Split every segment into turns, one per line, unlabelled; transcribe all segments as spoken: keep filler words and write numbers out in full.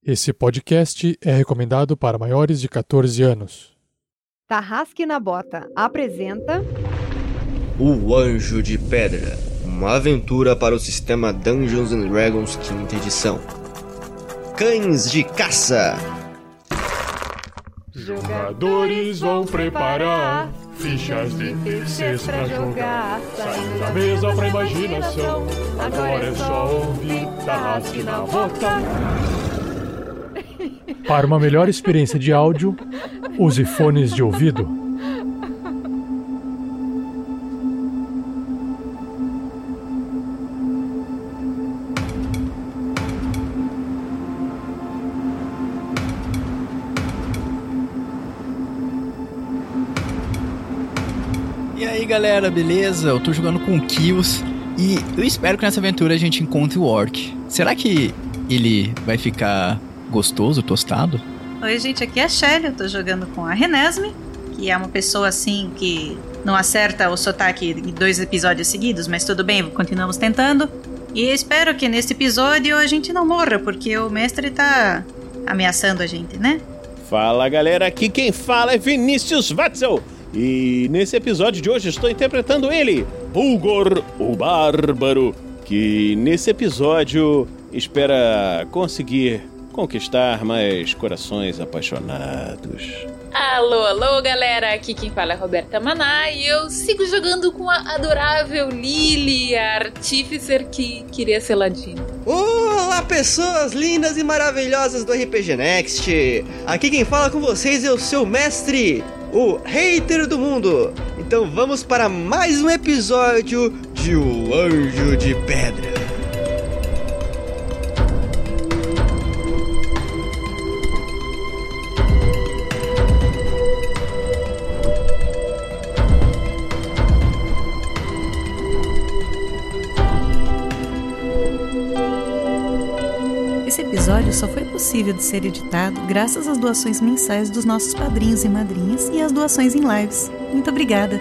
Esse podcast é recomendado para maiores de catorze anos.
Tarrasque na Bota apresenta...
O Anjo de Pedra, uma aventura para o sistema Dungeons and Dragons quinta edição. Cães de Caça.
Jogadores vão preparar fichas de terceiros pra jogar, saindo da mesa pra imaginação. Agora é só ouvir Tarrasque na Bota.
Para uma melhor experiência de áudio, use fones de ouvido.
E aí galera, beleza? Eu tô jogando com o Kills e eu espero que nessa aventura a gente encontre o Orc. Será que ele vai ficar gostoso, tostado?
Oi gente, aqui é a Shelly, eu tô jogando com a Renesme, que é uma pessoa assim que não acerta o sotaque em dois episódios seguidos, mas tudo bem, continuamos tentando. E espero que nesse episódio a gente não morra, porque o mestre tá ameaçando a gente, né?
Fala galera, aqui quem fala é Vinícius Watzel. E nesse episódio de hoje estou interpretando ele, Bulgor, o Bárbaro, que nesse episódio espera conseguir conquistar mais corações apaixonados.
Alô, alô galera, aqui quem fala é Roberta Maná e eu sigo jogando com a adorável Lily, a artíficer que queria ser ladino.
Olá pessoas lindas e maravilhosas do R P G Next. Aqui quem fala com vocês é o seu mestre, o hater do mundo. Então vamos para mais um episódio de O Anjo de Pedra.
Esse episódio só foi possível de ser editado graças às doações mensais dos nossos padrinhos e madrinhas e às doações em lives. Muito obrigada!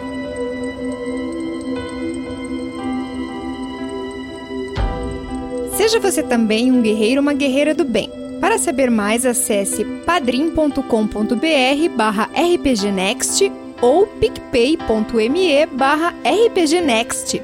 Seja você também um guerreiro ou uma guerreira do bem. Para saber mais, acesse padrim.com.br barra rpgnext ou picpay.me barra rpgnext.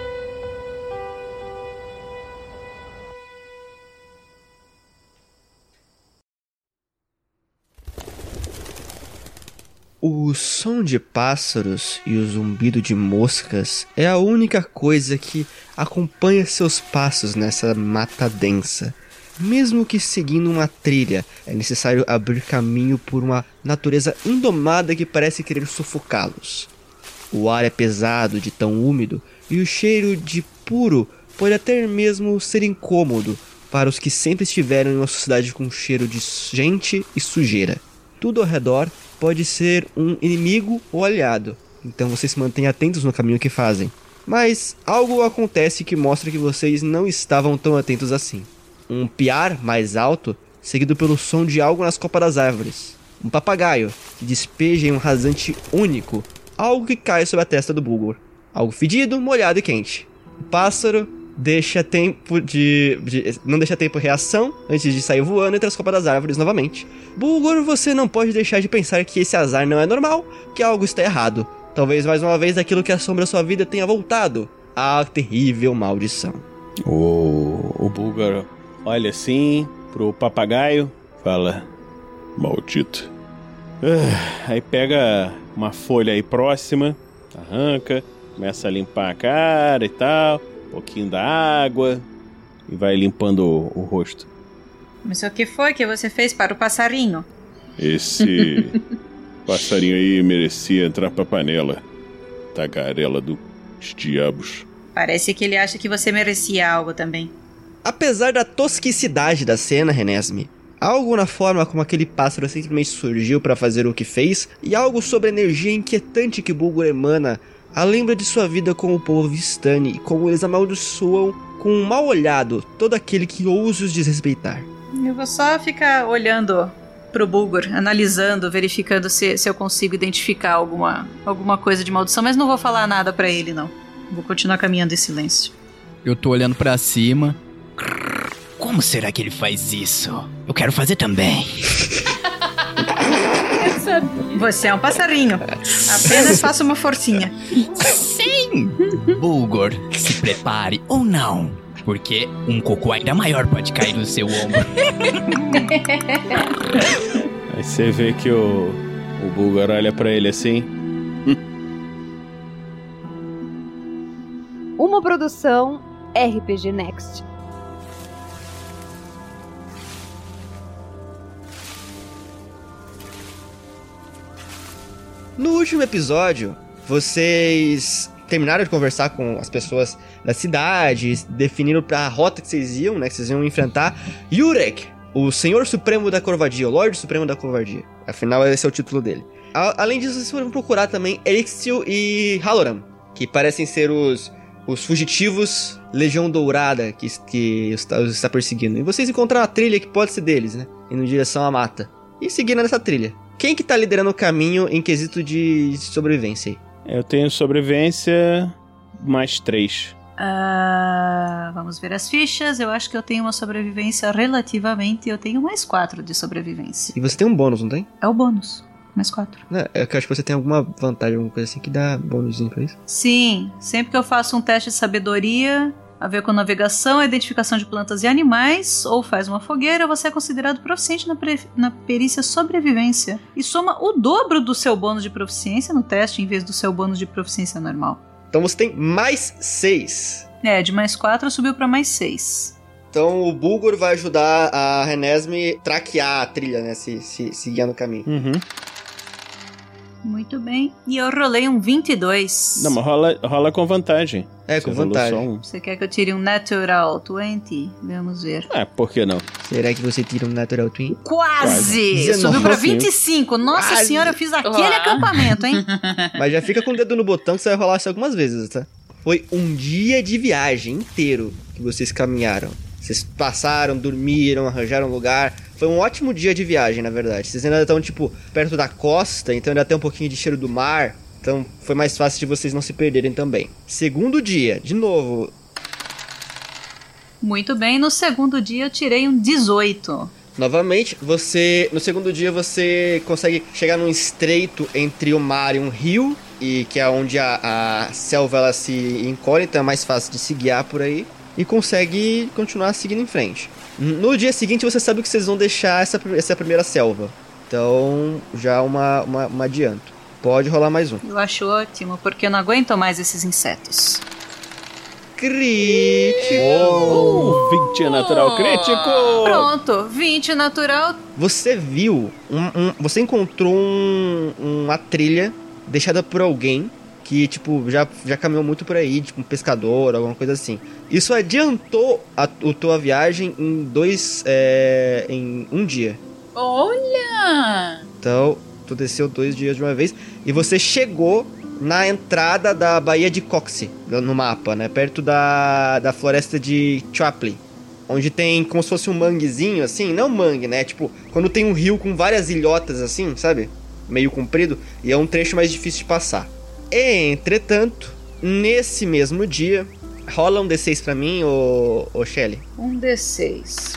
O som de pássaros e o zumbido de moscas é a única coisa que acompanha seus passos nessa mata densa. Mesmo que seguindo uma trilha, é necessário abrir caminho por uma natureza indomada que parece querer sufocá-los. O ar é pesado de tão úmido e o cheiro de puro pode até mesmo ser incômodo para os que sempre estiveram em uma sociedade com cheiro de gente e sujeira. Tudo ao redor pode ser um inimigo ou aliado, então vocês se mantêm atentos no caminho que fazem. Mas algo acontece que mostra que vocês não estavam tão atentos assim. Um piar mais alto, seguido pelo som de algo nas copas das árvores. Um papagaio que despeja em um rasante único, algo que cai sobre a testa do Bulgor. Algo fedido, molhado e quente. O pássaro deixa tempo de, de... não deixa tempo de reação antes de sair voando entre as copas das árvores novamente. Bulgor, você não pode deixar de pensar que esse azar não é normal, que algo está errado. Talvez mais uma vez aquilo que assombra sua vida tenha voltado. A terrível maldição.
O, o Bulgor olha assim pro papagaio, fala: maldito. Ah, aí pega uma folha aí próxima, arranca, começa a limpar a cara e tal, um pouquinho da água e vai limpando o, o rosto.
Mas o que foi que você fez para o passarinho?
Esse passarinho aí merecia entrar pra panela. Tagarela dos diabos.
Parece que ele acha que você merecia algo também.
Apesar da tosquicidade da cena, Renesme, algo na forma como aquele pássaro simplesmente surgiu para fazer o que fez e algo sobre a energia inquietante que Bulgor emana a lembra de sua vida com o povo Vistani e como eles amaldiçoam com um mal olhado todo aquele que ousa os desrespeitar.
Eu vou só ficar olhando pro Bulgor, analisando, verificando se, se eu consigo identificar alguma, alguma coisa de maldição, mas não vou falar nada pra ele, não. Vou continuar caminhando em silêncio.
Eu tô olhando pra cima Como será que ele faz isso? Eu quero fazer também.
Eu sabia.
Você é um passarinho. Apenas faça uma forcinha.
Sim! Bulgor, se prepare ou não, porque um cocô ainda maior pode cair no seu ombro.
Aí você vê que o, o Bulgor olha pra ele assim.
Uma produção R P G Next.
No último episódio, vocês terminaram de conversar com as pessoas da cidade, definiram a rota que vocês iam, né? Que vocês iam enfrentar Yurek, o Senhor Supremo da Corvadia, o Lorde Supremo da Corvadia. Afinal, esse é o título dele. A- além disso, vocês foram procurar também Elixir e Halloran, que parecem ser os, os fugitivos Legião Dourada que, que está, os está perseguindo. E vocês encontraram a trilha que pode ser deles, né? Indo em direção à mata. E seguindo nessa trilha. Quem que tá liderando o caminho em quesito de sobrevivência aí?
Eu tenho sobrevivência mais três.
Ah, vamos ver as fichas. Eu acho que eu tenho uma sobrevivência relativamente. Eu tenho mais quatro de sobrevivência.
E você tem um bônus, não tem?
É o bônus. Mais quatro.
É, eu acho que você tem alguma vantagem, alguma coisa assim que dá bônusinho pra isso.
Sim, sempre que eu faço um teste de sabedoria a ver com navegação, identificação de plantas e animais, ou faz uma fogueira, você é considerado proficiente na, pre- na perícia sobrevivência. E soma o dobro do seu bônus de proficiência no teste, em vez do seu bônus de proficiência normal.
Então você tem mais seis.
É, de mais quatro subiu pra mais seis.
Então o Bulgor vai ajudar a Renesme traquear a trilha, né? Se, se, se guiar no caminho.
Uhum.
Muito bem. E eu rolei um vinte e dois.
Não, mas rola, rola com vantagem.
É, com
Você rolou
vantagem.
só um.
Você quer que eu tire um natural vinte? Vamos ver.
É, por que não?
Será que você tira um Natural Twin?
Quase!
Quase.
Subiu pra
Nossa,
vinte e cinco. Nossa
Quase.
senhora, eu fiz aquele
Uau.
acampamento, hein?
Mas já fica com o dedo no botão que você vai rolar isso algumas vezes, tá? Foi um dia de viagem inteiro que vocês caminharam. Vocês passaram, dormiram, arranjaram um lugar. Foi um ótimo dia de viagem, na verdade. Vocês ainda estão, tipo, perto da costa, então ainda tem um pouquinho de cheiro do mar. Então foi mais fácil de vocês não se perderem também. Segundo dia, de novo.
Muito bem, no segundo dia eu tirei um dezoito.
Novamente, você... No segundo dia você consegue chegar num estreito entre o mar e um rio. E que é onde a, a selva ela se encolhe, então é mais fácil de se guiar por aí. E consegue continuar seguindo em frente. No dia seguinte você sabe que vocês vão deixar essa, essa primeira selva. Então já uma, uma, uma adianto. Pode rolar mais um.
Eu acho ótimo, porque eu não aguento mais esses insetos.
Crítico!
Oh, vinte natural crítico!
Pronto, vinte natural.
Você viu, um, um- você encontrou um- uma trilha deixada por alguém que, tipo, já, já caminhou muito por aí, tipo um pescador, alguma coisa assim. Isso adiantou a, a tua viagem em dois, é, em um dia.
Olha!
Então, tu desceu dois dias de uma vez e você chegou na entrada da Baía de Coxie, no mapa, né? Perto da, da floresta de Chapley. Onde tem como se fosse um manguezinho, assim. Não mangue, né? Tipo, quando tem um rio com várias ilhotas, assim, sabe? Meio comprido. E é um trecho mais difícil de passar. Entretanto, nesse mesmo dia... Rola um D seis pra mim, ô, ô Shelly.
Um D seis.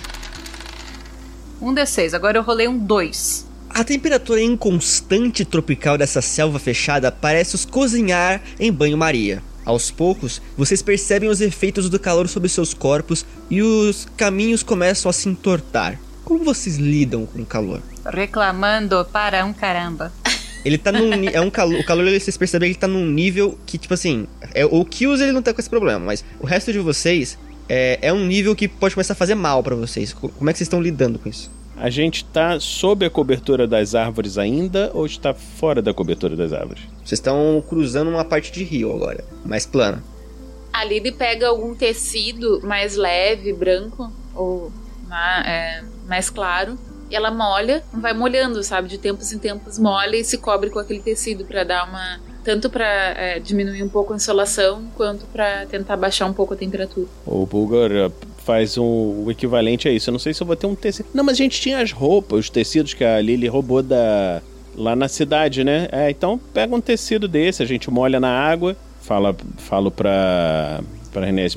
Um D seis, agora eu rolei um dois.
A temperatura inconstante tropical dessa selva fechada parece os cozinhar em banho-maria. Aos poucos, vocês percebem os efeitos do calor sobre seus corpos e os caminhos começam a se entortar. Como vocês lidam com o calor?
Reclamando para um caramba.
Ele tá num... ni- é um calor, o calor, vocês percebem que ele tá num nível que, tipo assim... É, o Kills, ele não tá com esse problema, mas o resto de vocês... É, é um nível que pode começar a fazer mal pra vocês. Co- Como é que vocês estão lidando com isso?
A gente tá sob a cobertura das árvores ainda ou está fora da cobertura das árvores?
Vocês estão cruzando uma parte de rio agora, mais plana.
A Lily pega algum tecido mais leve, branco, ou ma- é, mais claro, e ela molha, vai molhando, sabe? De tempos em tempos molha e se cobre com aquele tecido pra dar uma... Tanto pra é, diminuir um pouco a insolação, quanto pra tentar baixar um pouco a temperatura.
O Bulgar uh, faz um, o equivalente a isso. Eu não sei se eu vou ter um tecido. Não, mas a gente tinha as roupas, os tecidos que a Lily roubou da... lá na cidade, né? É, então pega um tecido desse, a gente molha na água. Fala, falo pra, pra Renesme.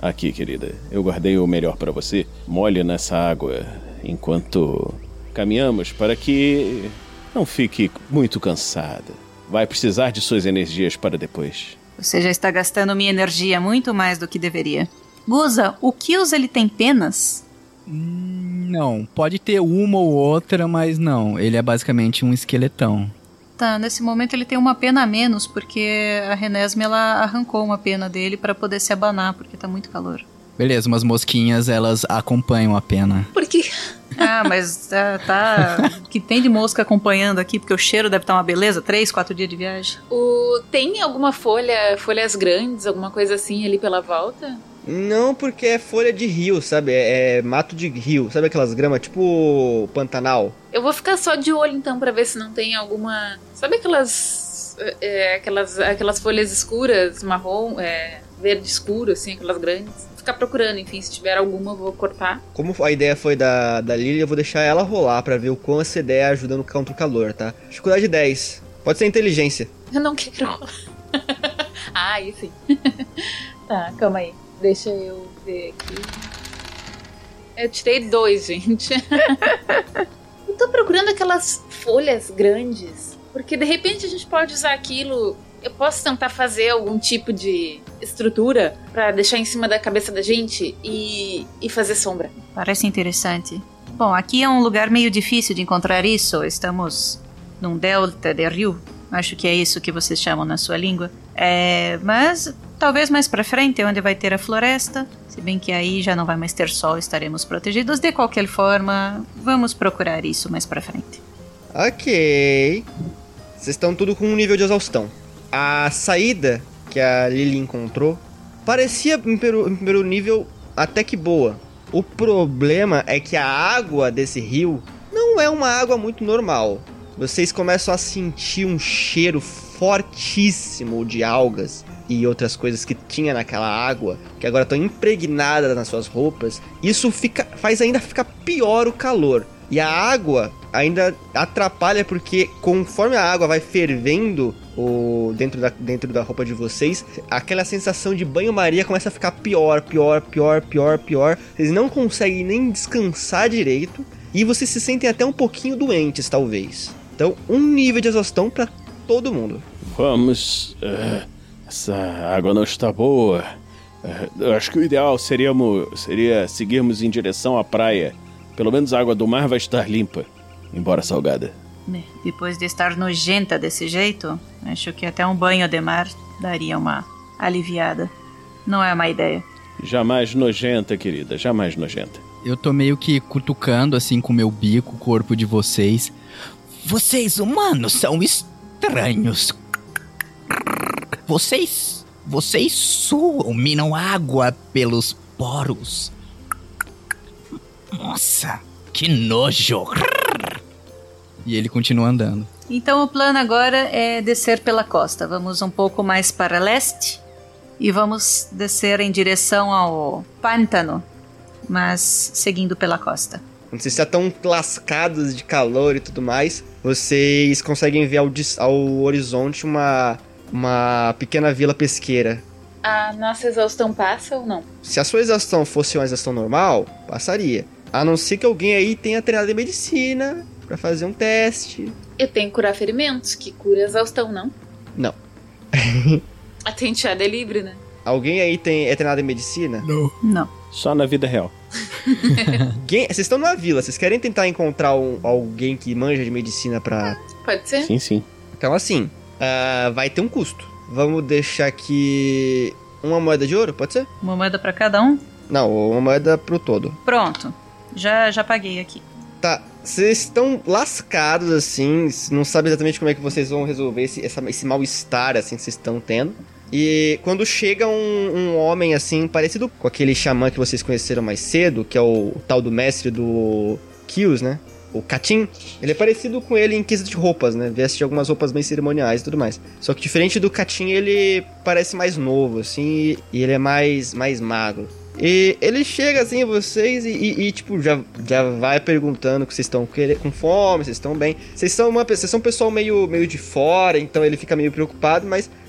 Aqui, querida, eu guardei o melhor para você. Molhe nessa água enquanto caminhamos para que não fique muito cansada. Vai precisar de suas energias para depois.
Você já está gastando minha energia muito mais do que deveria. Guza, o Kills, ele tem penas?
Hum, não, pode ter uma ou outra, mas não. Ele é basicamente um esqueletão.
Tá, nesse momento ele tem uma pena a menos, porque a Renesme, ela arrancou uma pena dele para poder se abanar, porque tá muito calor.
Beleza, umas mosquinhas, elas acompanham a pena.
Por quê?
Ah, mas tá, tá... que tem de mosca acompanhando aqui, porque o cheiro deve estar uma beleza, três, quatro dias de viagem.
O... Tem alguma folha, folhas grandes, alguma coisa assim ali pela volta?
Não, porque é folha de rio, sabe? É, é mato de rio, sabe aquelas gramas tipo Pantanal?
Eu vou ficar só de olho então pra ver se não tem alguma... Sabe aquelas... É, aquelas, aquelas folhas escuras, marrom, é, verde escuro, assim, aquelas grandes? Vou ficar procurando, enfim, se tiver alguma eu vou cortar.
Como a ideia foi da, da Lily, eu vou deixar ela rolar pra ver o quão essa ideia ajuda no contra o calor, tá? Dificuldade dez. Pode ser inteligência.
Eu não quero rolar. Ah, aí sim. Tá, calma aí. Deixa eu ver aqui. Eu tirei dois, gente. Eu tô procurando aquelas folhas grandes, porque de repente a gente pode usar aquilo. Eu posso tentar fazer algum tipo de estrutura pra deixar em cima da cabeça da gente e, e fazer sombra.
Parece interessante. Bom, aqui é um lugar meio difícil de encontrar isso. Estamos num delta de rio. Acho que é isso que vocês chamam na sua língua. É, mas talvez mais pra frente, onde vai ter a floresta. Se bem que aí já não vai mais ter sol, estaremos protegidos. De qualquer forma, vamos procurar isso mais pra frente.
Ok. Vocês estão tudo com um nível de exaustão. A saída que a Lily encontrou parecia, em primeiro, em primeiro nível, até que boa. O problema é que a água desse rio não é uma água muito normal. Vocês começam a sentir um cheiro fortíssimo de algas e outras coisas que tinha naquela água, que agora estão impregnadas nas suas roupas. Isso fica, faz ainda ficar pior o calor. E a água ainda atrapalha porque conforme a água vai fervendo o, dentro, da, dentro da roupa de vocês, aquela sensação de banho-maria começa a ficar pior, pior, pior, pior, pior. Vocês não conseguem nem descansar direito e vocês se sentem até um pouquinho doentes, talvez. Então, um nível de exaustão pra todo mundo.
Vamos... Uh, essa água não está boa. Uh, eu acho que o ideal seria, seria seguirmos em direção à praia. Pelo menos a água do mar vai estar limpa, embora salgada.
Depois de estar nojenta desse jeito, acho que até um banho de mar daria uma aliviada. Não é uma ideia.
Jamais nojenta, querida, jamais nojenta.
Eu tô meio que cutucando assim com meu bico o corpo de vocês. Vocês humanos são estranhos. Vocês... Vocês suam, minam água pelos poros. Nossa, que nojo. E ele continua andando.
Então o plano agora é descer pela costa. Vamos um pouco mais para leste e vamos descer em direção ao pântano, mas seguindo pela costa.
Quando vocês já estão lascados de calor e tudo mais, vocês conseguem ver ao, ao horizonte uma, uma pequena vila pesqueira.
A nossa exaustão passa ou não?
Se a sua exaustão fosse uma exaustão normal, passaria. A não ser que alguém aí tenha treinado em medicina pra fazer um teste.
Eu tenho que curar ferimentos, que cura exaustão, não?
Não.
A tenteada é livre, né?
Alguém aí tem, é treinado em medicina?
Não.
Não.
Só na vida real.
Quem, vocês estão numa vila, vocês querem tentar encontrar um, alguém que manja de medicina pra...
Pode ser?
Sim, sim.
Então assim, uh, vai ter um custo. Vamos deixar aqui uma moeda de ouro, pode ser?
Uma moeda pra cada um?
Não, uma moeda pro todo.
Pronto. Já, já paguei aqui.
Tá, vocês estão lascados assim, não sabem exatamente como é que vocês vão resolver esse, essa, esse mal-estar assim que vocês estão tendo. E quando chega um, um homem assim, parecido com aquele xamã que vocês conheceram mais cedo, que é o, o tal do mestre do Kills, né? O Katin, ele é parecido com ele em quesito de roupas, né? Veste algumas roupas bem cerimoniais e tudo mais. Só que diferente do Katin, ele parece mais novo, assim, e ele é mais, mais magro. E ele chega assim a vocês e, e, e tipo, já, já vai perguntando que vocês estão com fome, vocês estão bem. Vocês são, uma, vocês são um pessoal meio, meio de fora, então ele fica meio preocupado, mas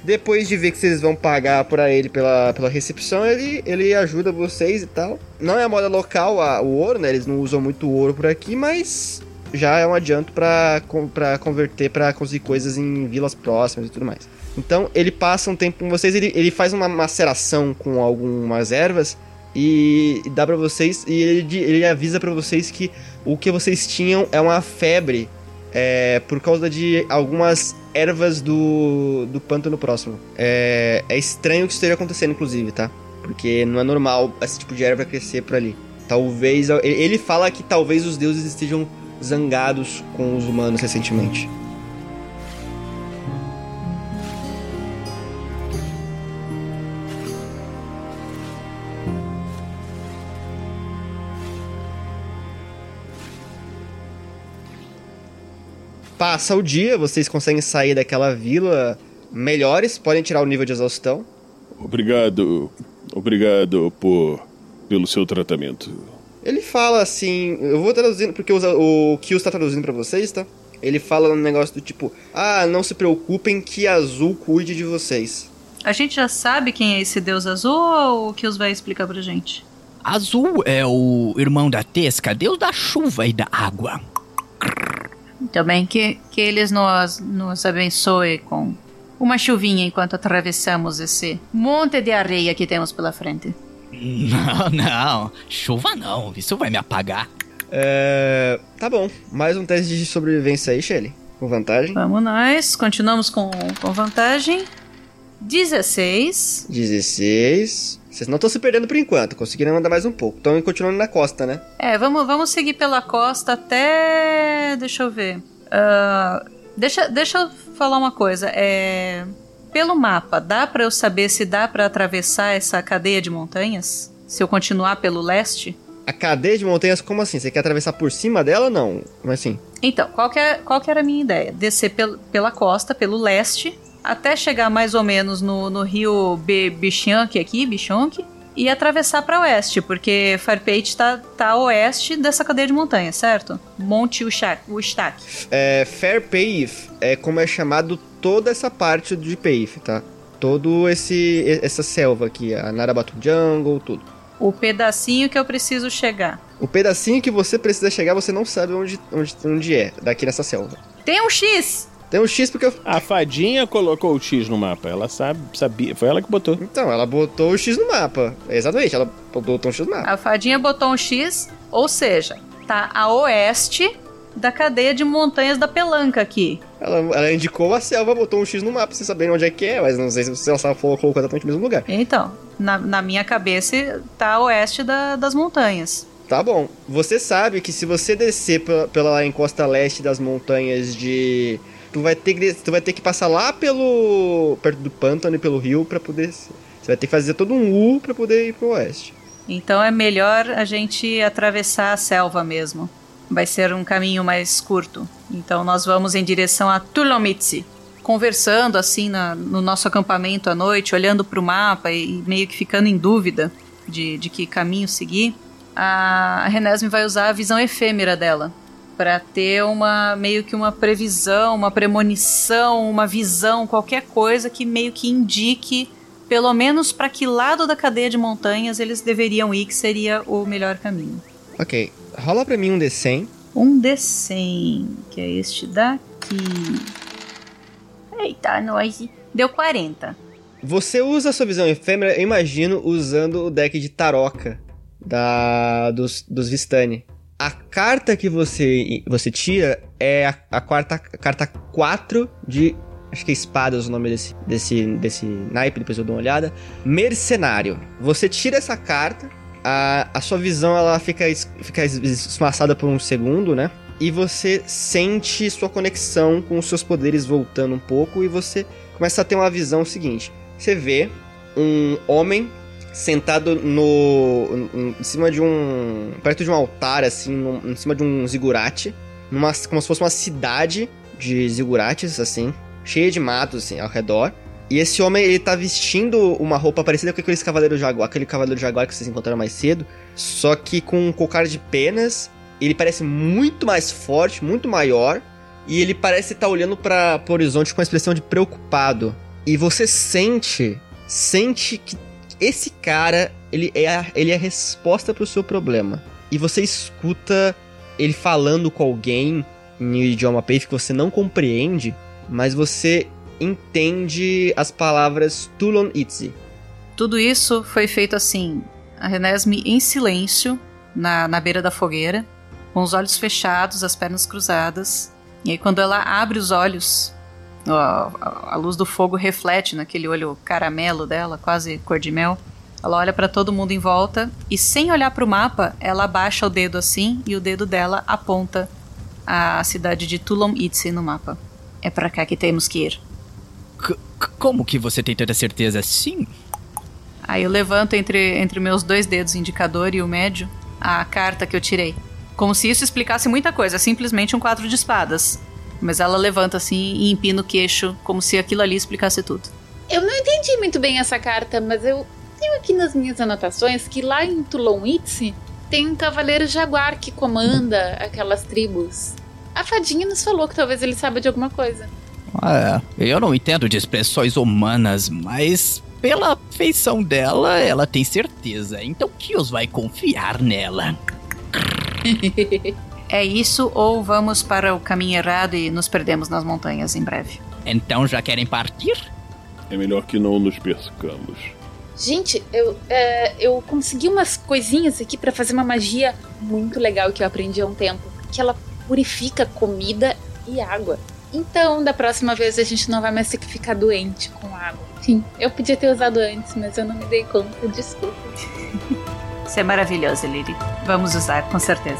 Depois de ver que vocês vão pagar pra ele pela, pela recepção, ele, ele ajuda vocês e tal. Não é a moda local a, o ouro, né? Eles não usam muito ouro por aqui, mas já é um adianto pra, pra converter, pra conseguir coisas em vilas próximas e tudo mais. Então, ele passa um tempo com vocês, ele, ele faz uma maceração com algumas ervas e, e dá pra vocês, e ele, ele avisa pra vocês que o que vocês tinham é uma febre é, por causa de algumas ervas do, do pântano próximo. É, é estranho que isso esteja acontecendo, inclusive, tá? Porque não é normal esse tipo de erva crescer por ali. Talvez... Ele fala que talvez os deuses estejam zangados com os humanos recentemente. Passa o dia, vocês conseguem sair daquela vila melhores, podem tirar o nível de exaustão.
Obrigado, obrigado por, pelo seu tratamento.
Ele fala assim, eu vou traduzindo, porque o, o Kill está traduzindo pra vocês, tá? Ele fala um negócio do tipo, ah, não se preocupem que Azul cuide de vocês.
A gente já sabe quem é esse deus azul ou o Kills vai explicar pra gente?
Azul é o irmão da Tesca, deus da chuva e da água.
Também que, que eles nos, nos abençoe com uma chuvinha enquanto atravessamos esse monte de areia que temos pela frente.
Não, não. Chuva não. Isso vai me apagar.
É... Tá bom. Mais um teste de sobrevivência aí, Shelly. Com vantagem.
Vamos nós. Continuamos com, com vantagem. dezesseis.
dezesseis. Vocês não estão se perdendo por enquanto. Conseguiram andar mais um pouco. Estão continuando na costa, né?
É, vamos, vamos seguir pela costa até... Deixa eu ver. Uh, deixa, deixa eu falar uma coisa. É... Pelo mapa, dá pra eu saber se dá pra atravessar essa cadeia de montanhas? Se eu continuar pelo leste?
A cadeia de montanhas, como assim? Você quer atravessar por cima dela ou não? Como assim?
Então, qual que, é, qual que era a minha ideia? Descer pel, pela costa, pelo leste, até chegar mais ou menos no, no rio Bichonque aqui, Bichonque, e atravessar pra oeste, porque Farpate tá, tá a oeste dessa cadeia de montanhas, certo? Monte Ustaque.
É, Fair Path é como é chamado toda essa parte de Path, tá? Todo esse essa selva aqui, a Narabatu Jungle, tudo.
O pedacinho que eu preciso chegar.
O pedacinho que você precisa chegar, você não sabe onde, onde, onde é, daqui nessa selva.
Tem um X!
Tem um X porque eu...
A fadinha colocou o X no mapa. Ela sabe, sabia. Foi ela que botou.
Então, ela botou o X no mapa. Exatamente, ela botou um X no mapa.
A fadinha botou um X, ou seja, tá a oeste da cadeia de montanhas da Pelanca aqui.
Ela, ela indicou a selva, botou um X no mapa, pra vocês saberem onde é que é, mas não sei se ela colocou exatamente no mesmo lugar.
Então, na, na minha cabeça, tá a oeste da, das montanhas.
Tá bom. Você sabe que se você descer pela, pela encosta leste das montanhas de... Tu vai, ter que, tu vai ter que passar lá pelo... perto do pântano e pelo rio pra poder... Você vai ter que fazer todo um U pra poder ir pro oeste.
Então é melhor a gente atravessar a selva mesmo. Vai ser um caminho mais curto. Então nós vamos em direção a Tulomitsi. Conversando assim na, no nosso acampamento à noite, olhando pro mapa e meio que ficando em dúvida de, de que caminho seguir. A Renesmee vai usar a visão efêmera dela para ter uma meio que uma previsão, uma premonição, uma visão, qualquer coisa que meio que indique, pelo menos para que lado da cadeia de montanhas eles deveriam ir, que seria o melhor caminho.
Ok, rola pra mim um D cem.
Um D cem, que é este daqui. Eita, nós. Deu quarenta.
Você usa a sua visão efêmera, eu imagino, usando o deck de Taroka da, dos, dos Vistani. A carta que você, você tira é a, a quarta, carta quatro de... Acho que é Espadas o nome desse, desse, desse naipe, depois eu dou uma olhada. Mercenário. Você tira essa carta, a, a sua visão ela fica, fica esmaçada por um segundo, né? E você sente sua conexão com os seus poderes voltando um pouco e você começa a ter uma visão seguinte. Você vê um homem sentado no em cima de um perto de um altar assim, no, em cima de um zigurate, numa, como se fosse uma cidade de zigurates assim, cheia de matos assim ao redor. E esse homem ele tá vestindo uma roupa parecida com aqueles cavaleiros jaguar, aquele cavaleiro jaguar que vocês encontraram mais cedo, só que com um cocar de penas. Ele parece muito mais forte, muito maior, e ele parece estar olhando para o horizonte com uma expressão de preocupado. E você sente, sente que esse cara, ele é a, ele é a resposta pro seu problema. E você escuta ele falando com alguém em um idioma peixe que você não compreende, mas você entende as palavras Tulon Itzi.
Tudo isso foi feito assim, a Renesme em silêncio, na, na beira da fogueira, com os olhos fechados, as pernas cruzadas. E aí quando ela abre os olhos, a, a, a luz do fogo reflete naquele olho caramelo dela, quase cor de mel. Ela olha pra todo mundo em volta e, sem olhar pro mapa, ela abaixa o dedo assim e o dedo dela aponta a cidade de Tulon Itzi no mapa. É pra cá que temos que ir.
C- como que você tem tanta certeza assim?
Aí eu levanto entre, entre meus dois dedos, indicador e o médio, a carta que eu tirei. Como se isso explicasse muita coisa, simplesmente um quatro de espadas. Mas ela levanta assim e empina o queixo, como se aquilo ali explicasse tudo.
Eu não entendi muito bem essa carta, mas eu tenho aqui nas minhas anotações que lá em Tulon Itzi tem um cavaleiro jaguar que comanda aquelas tribos. A fadinha nos falou que talvez ele saiba de alguma coisa.
É, eu não entendo de expressões humanas, mas pela feição dela, ela tem certeza. Então Kios vai confiar nela.
É isso, ou vamos para o caminho errado e nos perdemos nas montanhas em breve.
Então já querem partir?
É melhor que não nos percamos.
Gente, eu, é, eu consegui umas coisinhas aqui pra fazer uma magia muito legal que eu aprendi há um tempo. Que ela purifica comida e água. Então, da próxima vez a gente não vai mais ter que ficar doente com água. Sim, eu podia ter usado antes, mas eu não me dei conta, desculpa.
Isso é maravilhoso, Lily. Vamos usar, com certeza.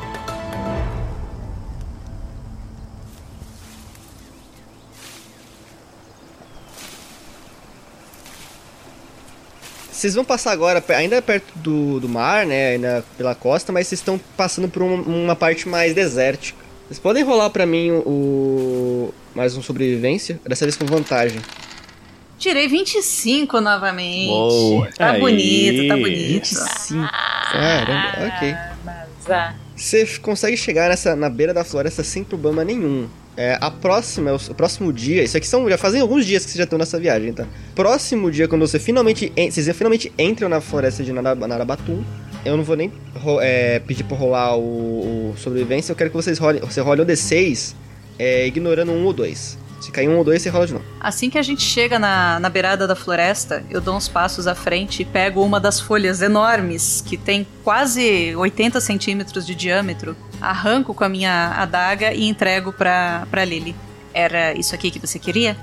Vocês vão passar agora, ainda perto do, do mar, né, ainda pela costa, mas vocês estão passando por uma, uma parte mais desértica. Vocês podem rolar pra mim o, o mais um sobrevivência, dessa vez com vantagem.
Tirei vinte e cinco novamente.
Uou,
tá
aí.
bonito, tá bonito.
vinte e cinco. Caramba, ok.
Mas, ah,
Você consegue chegar nessa, na beira da floresta sem problema nenhum. É, a próxima, o próximo dia, isso aqui são, já fazem alguns dias que vocês já estão nessa viagem, tá? Próximo dia, quando você finalmente, vocês finalmente entram na floresta de Narabatum, eu não vou nem é, pedir pra rolar o, o sobrevivência, eu quero que vocês rolem, você role o D seis, é, ignorando um ou dois. Se cair um ou dois, você rola de novo.
Assim que a gente chega na, na beirada da floresta, eu dou uns passos à frente e pego uma das folhas enormes, que tem quase oitenta centímetros de diâmetro, arranco com a minha adaga e entrego pra, pra Lily. Era isso aqui que você queria?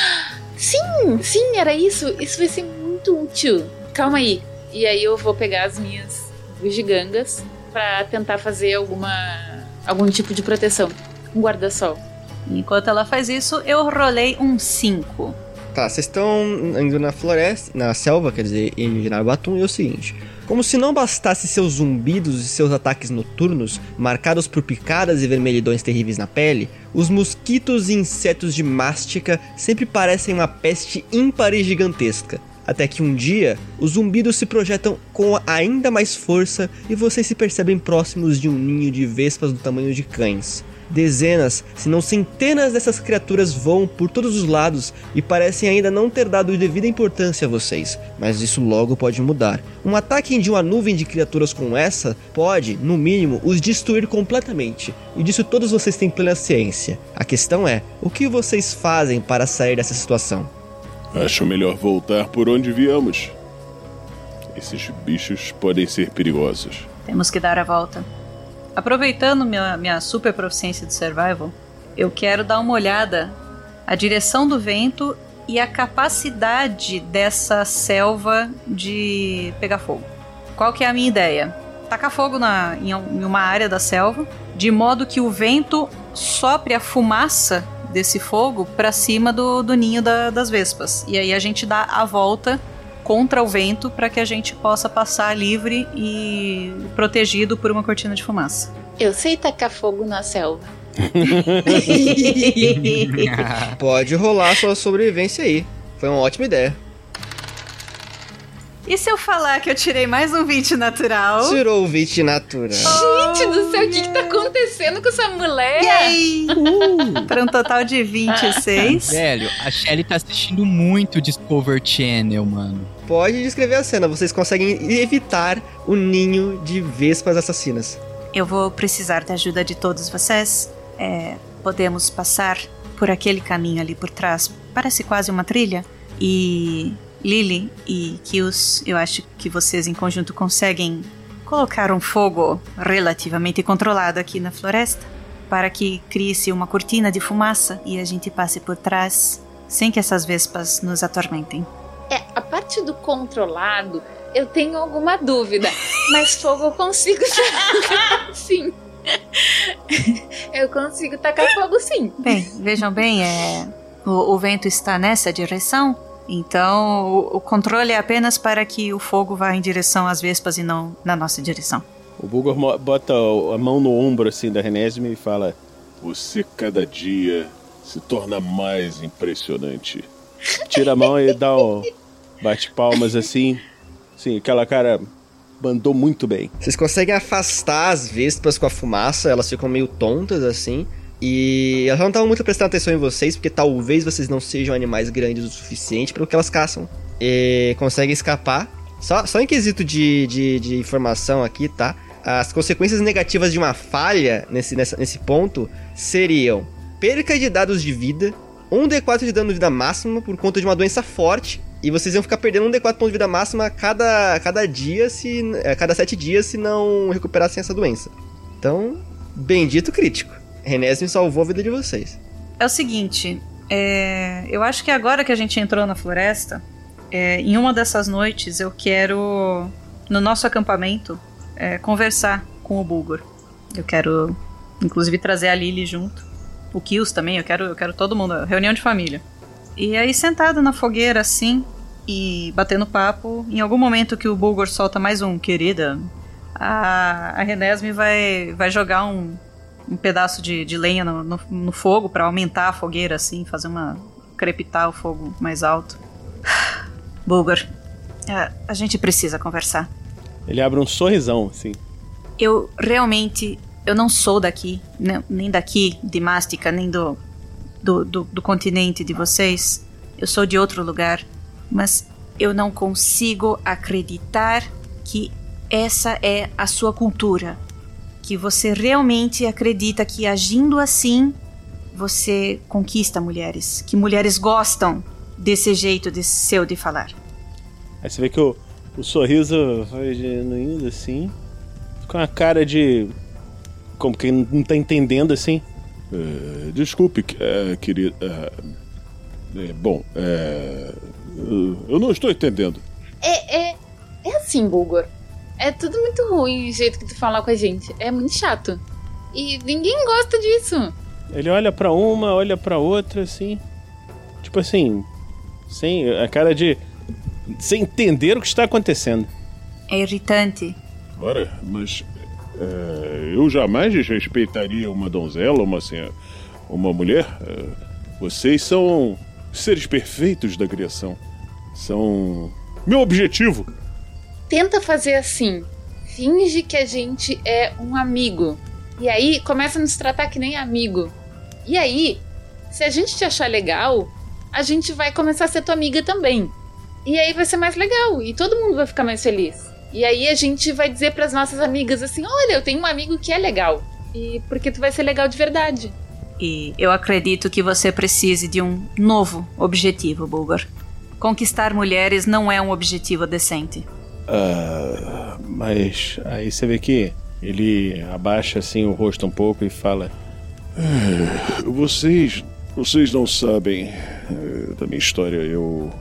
sim, sim, era isso. Isso vai ser muito útil. Calma aí. E aí eu vou pegar as minhas bugigangas pra tentar fazer alguma algum tipo de proteção. Um guarda-sol.
Enquanto ela faz isso, eu rolei um cinco.
Tá, vocês estão indo na floresta, na selva, quer dizer, em Narabatum, e é o seguinte. Como se não bastasse seus zumbidos e seus ataques noturnos, marcados por picadas e vermelhidões terríveis na pele, os mosquitos e insetos de mástica sempre parecem uma peste ímpar e gigantesca. Até que um dia, os zumbidos se projetam com ainda mais força e vocês se percebem próximos de um ninho de vespas do tamanho de cães. Dezenas, se não centenas dessas criaturas voam por todos os lados e parecem ainda não ter dado devida importância a vocês, mas isso logo pode mudar. Um ataque de uma nuvem de criaturas como essa pode, no mínimo, os destruir completamente, e disso todos vocês têm plena ciência. A questão é, o que vocês fazem para sair dessa situação?
Acho melhor voltar por onde viemos. Esses bichos podem ser perigosos.
Temos que dar a volta. Aproveitando minha, minha super proficiência de survival, eu quero dar uma olhada à direção do vento e a capacidade dessa selva de pegar fogo. Qual que é a minha ideia? Tacar fogo na, em, em uma área da selva, de modo que o vento sopre a fumaça desse fogo para cima do, do ninho da, das vespas. E aí a gente dá a volta contra o vento para que a gente possa passar livre e protegido por uma cortina de fumaça.
Eu sei tacar fogo na selva.
Pode rolar sua sobrevivência aí. Foi uma ótima ideia.
E se eu falar que eu tirei mais um vinte natural?
Tirou o vinte natural.
Gente do céu, o que que tá acontecendo com essa mulher?
Yay! Uh. Para um total de vinte e seis.
Velho, a Shelly tá assistindo muito Discover Channel, mano.
Pode descrever a cena, vocês conseguem evitar o ninho de vespas assassinas.
Eu vou precisar da ajuda de todos vocês. É, podemos passar por aquele caminho ali por trás. Parece quase uma trilha. E Lily e Kills, eu acho que vocês em conjunto conseguem colocar um fogo relativamente controlado aqui na floresta para que crie-se uma cortina de fumaça e a gente passe por trás sem que essas vespas nos atormentem.
É, a parte do controlado, eu tenho alguma dúvida, mas fogo eu consigo tacar, sim. Eu consigo tacar fogo, sim.
Bem, vejam bem, é, o, o vento está nessa direção, então o, o controle é apenas para que o fogo vá em direção às vespas e não na nossa direção.
O Bulgor bota a mão no ombro assim da Renesme e fala:
Você cada dia se torna mais impressionante.
Tira a mão e dá um bate palmas assim. Sim, aquela cara mandou muito bem.
Vocês conseguem afastar as vespas com a fumaça, elas ficam meio tontas assim. E elas não estavam muito prestando atenção em vocês, porque talvez vocês não sejam animais grandes o suficiente para o que elas caçam. E conseguem escapar. Só, só em quesito de, de, de informação aqui, tá? As consequências negativas de uma falha nesse, nessa, nesse ponto seriam perca de dados de vida, um D quatro de dano de vida máxima por conta de uma doença forte, e vocês iam ficar perdendo um D quatro ponto de vida máxima a cada, cada dia, se, a cada sete dias, se não recuperassem essa doença. Então, bendito crítico. Renesme salvou a vida de vocês.
É o seguinte, é, eu acho que agora que a gente entrou na floresta, é, em uma dessas noites eu quero, no nosso acampamento, é, conversar com o Bulgor. Eu quero, inclusive, trazer a Lily junto. O Kills também, eu quero, eu quero todo mundo, reunião de família. E aí, sentado na fogueira, assim, e batendo papo, em algum momento que o Bulgor solta mais um, querida, a, a Renesme vai, vai jogar um, um pedaço de, de lenha no, no, no fogo pra aumentar a fogueira, assim, fazer uma... crepitar o fogo mais alto. Bulgor, a, a gente precisa conversar.
Ele abre um sorrisão, assim.
Eu realmente... Eu não sou daqui, nem daqui, de Mástica, nem do, do, do, do continente de vocês. Eu sou de outro lugar. Mas eu não consigo acreditar que essa é a sua cultura. Que você realmente acredita que agindo assim, você conquista mulheres. Que mulheres gostam desse jeito de seu de falar.
Aí você vê que o, o sorriso vai genuindo assim. Com a cara de... como quem não tá entendendo, assim.
É, desculpe, é, querido. É, é, bom, é, eu não estou entendendo.
É, é, é assim, Bulgor. É tudo muito ruim o jeito que tu fala com a gente. É muito chato. E ninguém gosta disso.
Ele olha pra uma, olha pra outra, assim. Tipo assim, sem a cara de... sem entender o que está acontecendo.
É irritante.
Ora, mas... É, eu jamais desrespeitaria uma donzela, uma, assim, uma mulher. É, vocês são seres perfeitos da criação. São meu objetivo.
Tenta fazer assim. Finge que a gente é um amigo. E aí começa a nos tratar que nem amigo. E aí, se a gente te achar legal, a gente vai começar a ser tua amiga também. E aí vai ser mais legal. E todo mundo vai ficar mais feliz. E aí a gente vai dizer pras nossas amigas assim, olha, eu tenho um amigo que é legal. E porque tu vai ser legal de verdade.
E eu acredito que você precise de um novo objetivo, Bulgor. Conquistar mulheres não é um objetivo decente.
Uh, mas aí você vê que ele abaixa assim o rosto um pouco e fala...
É, vocês, vocês não sabem é, da minha história. Eu...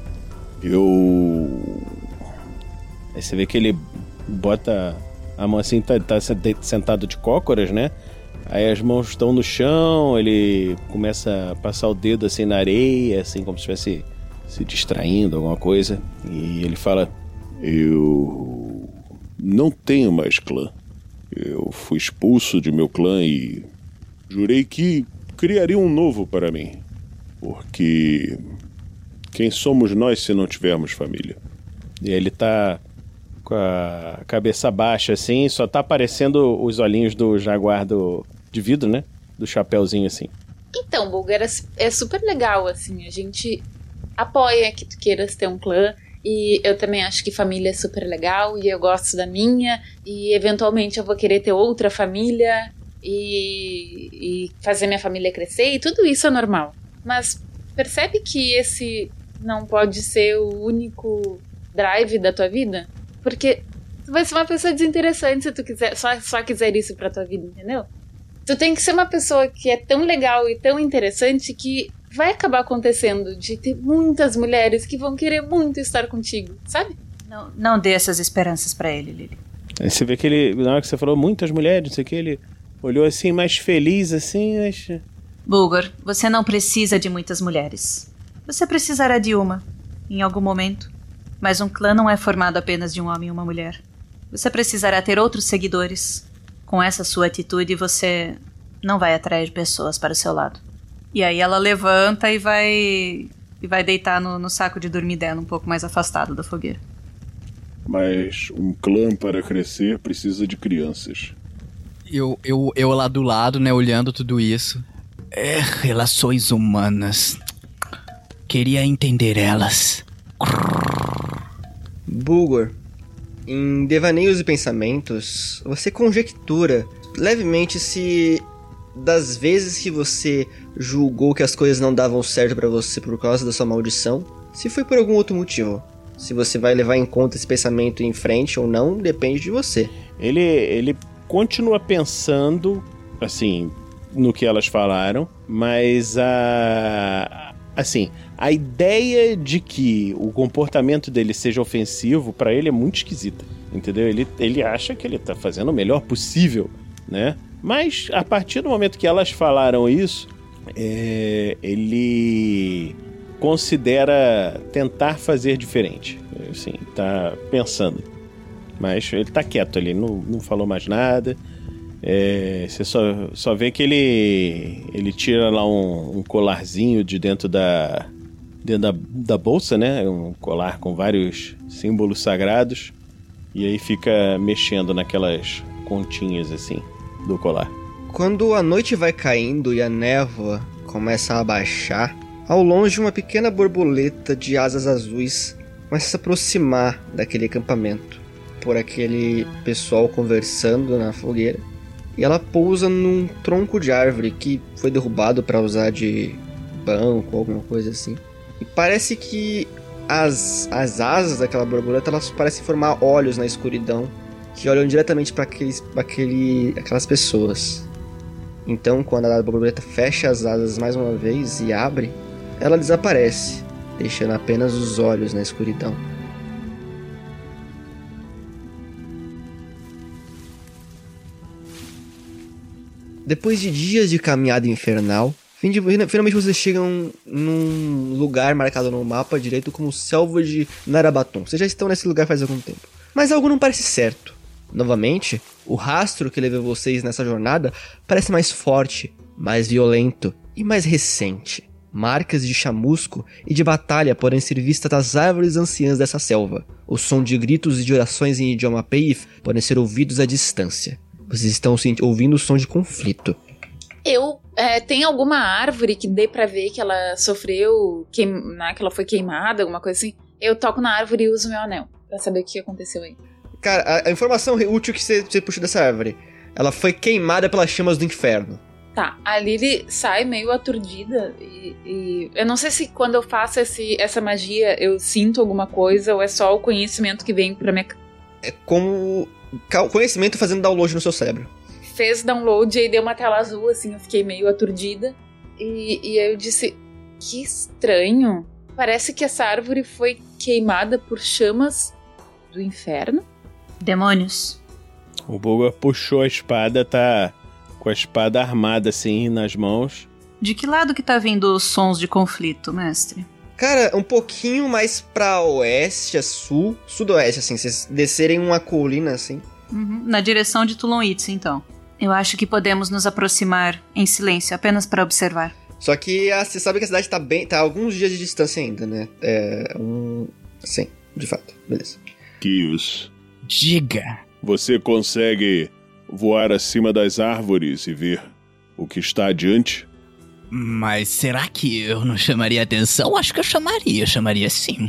Eu...
Aí você vê que ele bota a mão assim, tá, tá sentado de cócoras, né? Aí as mãos estão no chão, ele começa a passar o dedo assim na areia, assim como se estivesse se distraindo, alguma coisa. E ele fala:
eu não tenho mais clã. Eu fui expulso de meu clã e jurei que criaria um novo para mim. Porque quem somos nós se não tivermos família?
E ele tá com a cabeça baixa, assim, só tá aparecendo os olhinhos do jaguar do, de vidro, né? Do chapéuzinho, assim.
Então, Bulgar, é super legal, assim, a gente apoia que tu queiras ter um clã, e eu também acho que família é super legal, e eu gosto da minha, e eventualmente eu vou querer ter outra família, e, e fazer minha família crescer, e tudo isso é normal. Mas percebe que esse não pode ser o único drive da tua vida? Porque tu vai ser uma pessoa desinteressante se tu quiser, só, só quiser isso pra tua vida, entendeu? Tu tem que ser uma pessoa que é tão legal e tão interessante que vai acabar acontecendo de ter muitas mulheres que vão querer muito estar contigo, sabe?
Não, não dê essas esperanças pra ele, Lily.
Aí você vê que ele, na hora que você falou muitas mulheres, não sei o que, ele olhou assim, mais feliz, assim, mas...
Bulgar, você não precisa de muitas mulheres. Você precisará de uma, em algum momento. Mas um clã não é formado apenas de um homem e uma mulher. Você precisará ter outros seguidores. Com essa sua atitude, você não vai atrair pessoas para o seu lado. E aí ela levanta e vai e vai deitar no, no saco de dormir dela, um pouco mais afastado da fogueira.
Mas um clã para crescer precisa de crianças.
Eu, eu, eu lá do lado, né, olhando tudo isso. É, relações humanas. Queria entender elas.
Bulgar, em Devaneios e Pensamentos, você conjectura levemente se das vezes que você julgou que as coisas não davam certo pra você por causa da sua maldição, se foi por algum outro motivo. Se você vai levar em conta esse pensamento em frente ou não, depende de você.
Ele, ele continua pensando, assim, no que elas falaram, mas a... assim, a ideia de que o comportamento dele seja ofensivo, pra ele é muito esquisita, entendeu? Ele, ele acha que ele tá fazendo o melhor possível, né? Mas, a partir do momento que elas falaram isso, é, ele considera tentar fazer diferente. Assim, tá pensando. Mas ele tá quieto ali, não, não falou mais nada. É, você só, só vê que ele, ele tira lá um, um colarzinho de dentro da, dentro da, da bolsa, né? Um colar com vários símbolos sagrados. E aí fica mexendo naquelas continhas, assim, do colar.
Quando a noite vai caindo e a névoa começa a abaixar, ao longe uma pequena borboleta de asas azuis começa a se aproximar daquele acampamento, por aquele pessoal conversando na fogueira, e ela pousa num tronco de árvore que foi derrubado para usar de banco, alguma coisa assim. E parece que as, as asas daquela borboleta, elas parecem formar olhos na escuridão, que olham diretamente para aqueles, aquele, aquelas pessoas. Então, quando a borboleta fecha as asas mais uma vez e abre, ela desaparece, deixando apenas os olhos na escuridão. Depois de dias de caminhada infernal, finalmente vocês chegam num lugar marcado no mapa direito como Selva de Narabatum. Vocês já estão nesse lugar faz algum tempo. Mas algo não parece certo. Novamente, o rastro que levou vocês nessa jornada parece mais forte, mais violento e mais recente. Marcas de chamusco e de batalha podem ser vistas das árvores anciãs dessa selva. O som de gritos e de orações em idioma Peif podem ser ouvidos à distância. Vocês estão ouvindo o som de conflito.
Eu, é, tem alguma árvore que dê pra ver que ela sofreu, queim, né, que ela foi queimada, alguma coisa assim? Eu toco na árvore e uso meu anel pra saber o que aconteceu aí.
Cara, a, a informação útil que você, você puxa dessa árvore, ela foi queimada pelas chamas do inferno.
Tá, a Lily sai meio aturdida e, e eu não sei se quando eu faço esse, essa magia eu sinto alguma coisa ou é só o conhecimento que vem pra minha...
É como conhecimento fazendo download no seu cérebro.
Fez download e aí deu uma tela azul, assim, eu fiquei meio aturdida e, e aí eu disse, que estranho, parece que essa árvore foi queimada por chamas do inferno?
Demônios.
O Bulgar puxou a espada, tá com a espada armada assim nas mãos.
De que lado que tá vindo os sons de conflito, mestre?
Cara, um pouquinho mais pra oeste, a sul, sudoeste, assim, vocês descerem uma colina, assim.
Uhum, na direção de Tulonitz, então. Eu acho que podemos nos aproximar em silêncio, apenas para observar.
Só que a, você sabe que a cidade tá bem, tá a alguns dias de distância ainda, né? É um... assim... De fato, beleza.
Kios,
Diga.
você consegue voar acima das árvores e ver o que está adiante?
Mas será que eu não chamaria atenção? Acho que eu chamaria, chamaria sim.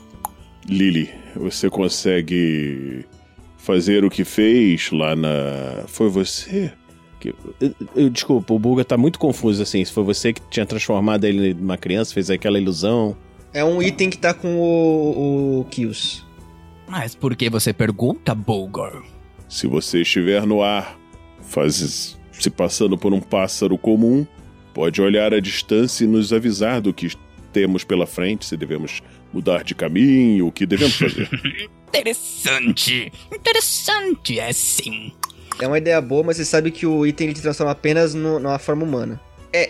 Lily, você consegue fazer o que fez lá na... Foi você?
Que- eu- eu- Desculpa, o Bulga tá muito confuso assim. Se foi você que tinha transformado ele numa criança, fez aquela ilusão.
É um item que tá com o, o Kios.
Mas por que você pergunta, Bulgar?
Se você estiver no ar, faz... se passando por um pássaro comum, pode olhar à distância e nos avisar do que temos pela frente, se devemos mudar de caminho, o que devemos fazer.
Interessante. Interessante, é sim.
É uma ideia boa, mas você sabe que o item ele te transforma apenas no, numa forma humana.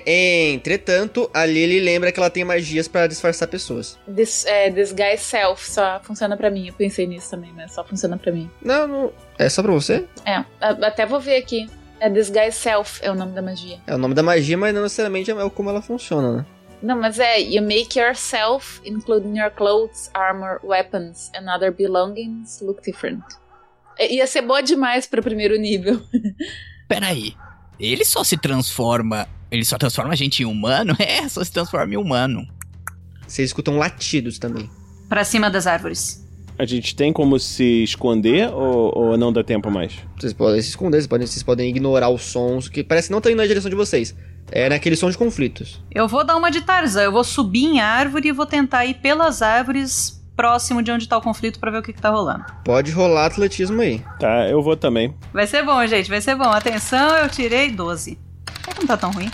É, entretanto, a Lily lembra que ela tem magias pra disfarçar pessoas.
This, é, Disguise Self só funciona pra mim. Eu pensei nisso também, mas só funciona pra mim.
Não, não. É só pra você?
É, a- até vou ver aqui. É Disguise Self, é o nome da magia.
É o nome da magia, mas não necessariamente é como ela funciona, né?
Não, mas é, you make yourself, including your clothes, armor, weapons, and other belongings, look different. É, ia ser boa demais pro primeiro nível.
Peraí. Ele só se transforma... Ele só transforma a gente em humano? É, só se transforma em humano.
Vocês escutam latidos também.
Pra cima das árvores.
A gente tem como se esconder ou, ou não dá tempo mais?
Vocês podem se esconder, vocês podem, vocês podem ignorar os sons, que parece que não tá indo na direção de vocês. É naquele som de conflitos.
Eu vou dar uma de Tarzan. Eu vou subir em árvore e vou tentar ir pelas árvores próximo de onde tá o conflito pra ver o que, que tá rolando.
Pode rolar atletismo aí.
Tá, eu vou também.
Vai ser bom, gente. Vai ser bom. Atenção, eu tirei doze. É que não tá tão ruim.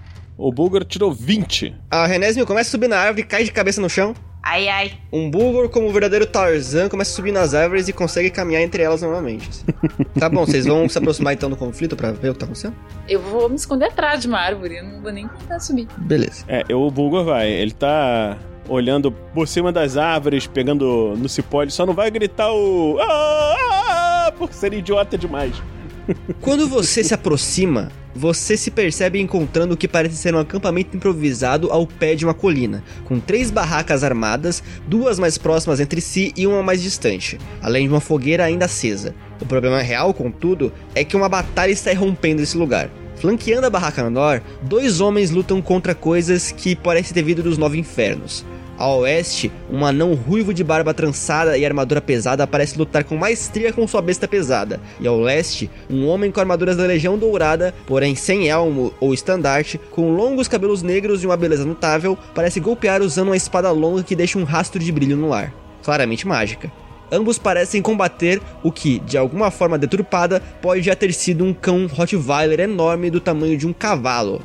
O Bulgar tirou vinte.
A Renésmio começa a subir na árvore e cai de cabeça no chão.
Ai, ai.
Um Bulgur, como o verdadeiro Tarzan, começa a subir nas árvores e consegue caminhar entre elas normalmente. assim. Tá bom, vocês vão se aproximar então do conflito pra ver o que tá acontecendo?
Eu vou me esconder atrás de uma árvore, eu não vou nem tentar subir.
Beleza.
É, eu- o Bulgar vai. Ele tá olhando por cima das árvores, pegando no cipó. Ele só não vai gritar o... Ah, ah, ah, porque seria idiota demais.
Quando você se aproxima, você se percebe encontrando o que parece ser um acampamento improvisado ao pé de uma colina, com três barracas armadas, duas mais próximas entre si e uma mais distante, além de uma fogueira ainda acesa. O problema real, contudo, é que uma batalha está irrompendo nesse lugar. Flanqueando a barraca menor, dois homens lutam contra coisas que parecem ter vindo dos Nove Infernos. A oeste, um anão ruivo de barba trançada e armadura pesada parece lutar com maestria com sua besta pesada. E ao leste, um homem com armaduras da Legião Dourada, porém sem elmo ou estandarte, com longos cabelos negros e uma beleza notável, parece golpear usando uma espada longa que deixa um rastro de brilho no ar. Claramente mágica. Ambos parecem combater o que, de alguma forma deturpada, pode já ter sido um cão Rottweiler enorme do tamanho de um cavalo.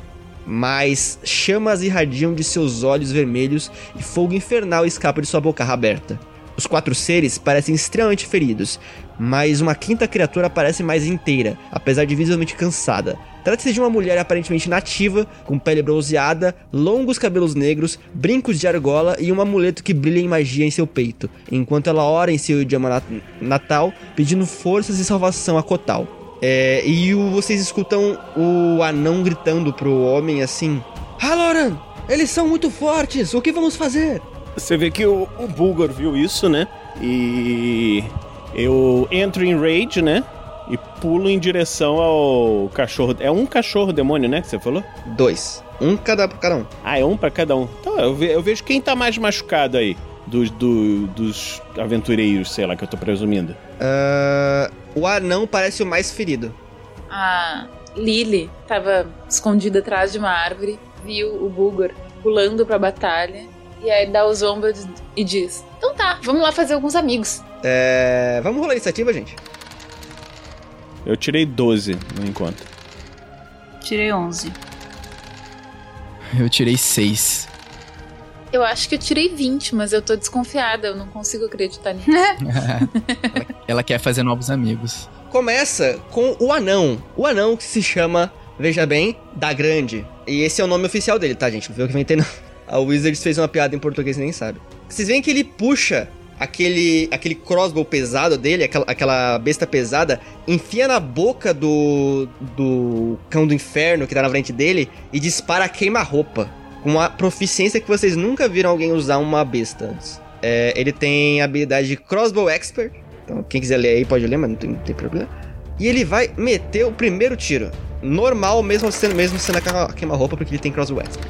Mas chamas irradiam de seus olhos vermelhos e fogo infernal escapa de sua boca aberta. Os quatro seres parecem extremamente feridos, mas uma quinta criatura parece mais inteira, apesar de visivelmente cansada. Trata-se de uma mulher aparentemente nativa, com pele bronzeada, longos cabelos negros, brincos de argola e um amuleto que brilha em magia em seu peito, enquanto ela ora em seu idioma nat- natal, pedindo forças e salvação a Kotal. É, e o, vocês escutam o anão gritando pro homem assim: Halloran, eles são muito fortes, o que vamos fazer?
Você vê que o, o Bulgar viu isso, né? E eu entro em rage, né? E pulo em direção ao cachorro. É um cachorro demônio, né? Que você falou?
Dois. Um cada, cada um.
Ah, é um pra cada um. Então eu, ve- eu vejo quem tá mais machucado aí. Dos, do- dos aventureiros, sei lá, que eu tô presumindo.
Ah, o anão parece o mais ferido.
A Lily tava escondida atrás de uma árvore, viu o Bulgar pulando pra batalha, e aí dá os ombros e diz: então tá, vamos lá fazer alguns amigos.
É, vamos rolar a iniciativa, gente?
Eu tirei doze no encontro.
Tirei onze.
Eu tirei seis.
Eu acho que eu tirei vinte, mas eu tô desconfiada, eu não consigo acreditar nisso.
Ela quer fazer novos amigos.
Começa com o anão. O anão que se chama, veja bem, Da Grande. E esse é o nome oficial dele, tá, gente? Não foi eu que inventei, não. A Wizards fez uma piada em português e nem sabe. Vocês veem que ele puxa aquele, aquele crossbow pesado dele, aquela, aquela besta pesada, enfia na boca do, do cão do inferno que tá na frente dele e dispara a queima-roupa. Com uma proficiência que vocês nunca viram alguém usar uma besta antes. É, ele tem a habilidade de Crossbow Expert. Então, quem quiser ler aí pode ler, mas não tem, não tem problema. E ele vai meter o primeiro tiro. Normal, mesmo sendo, mesmo sendo a queima-roupa, porque ele tem Crossbow Expert.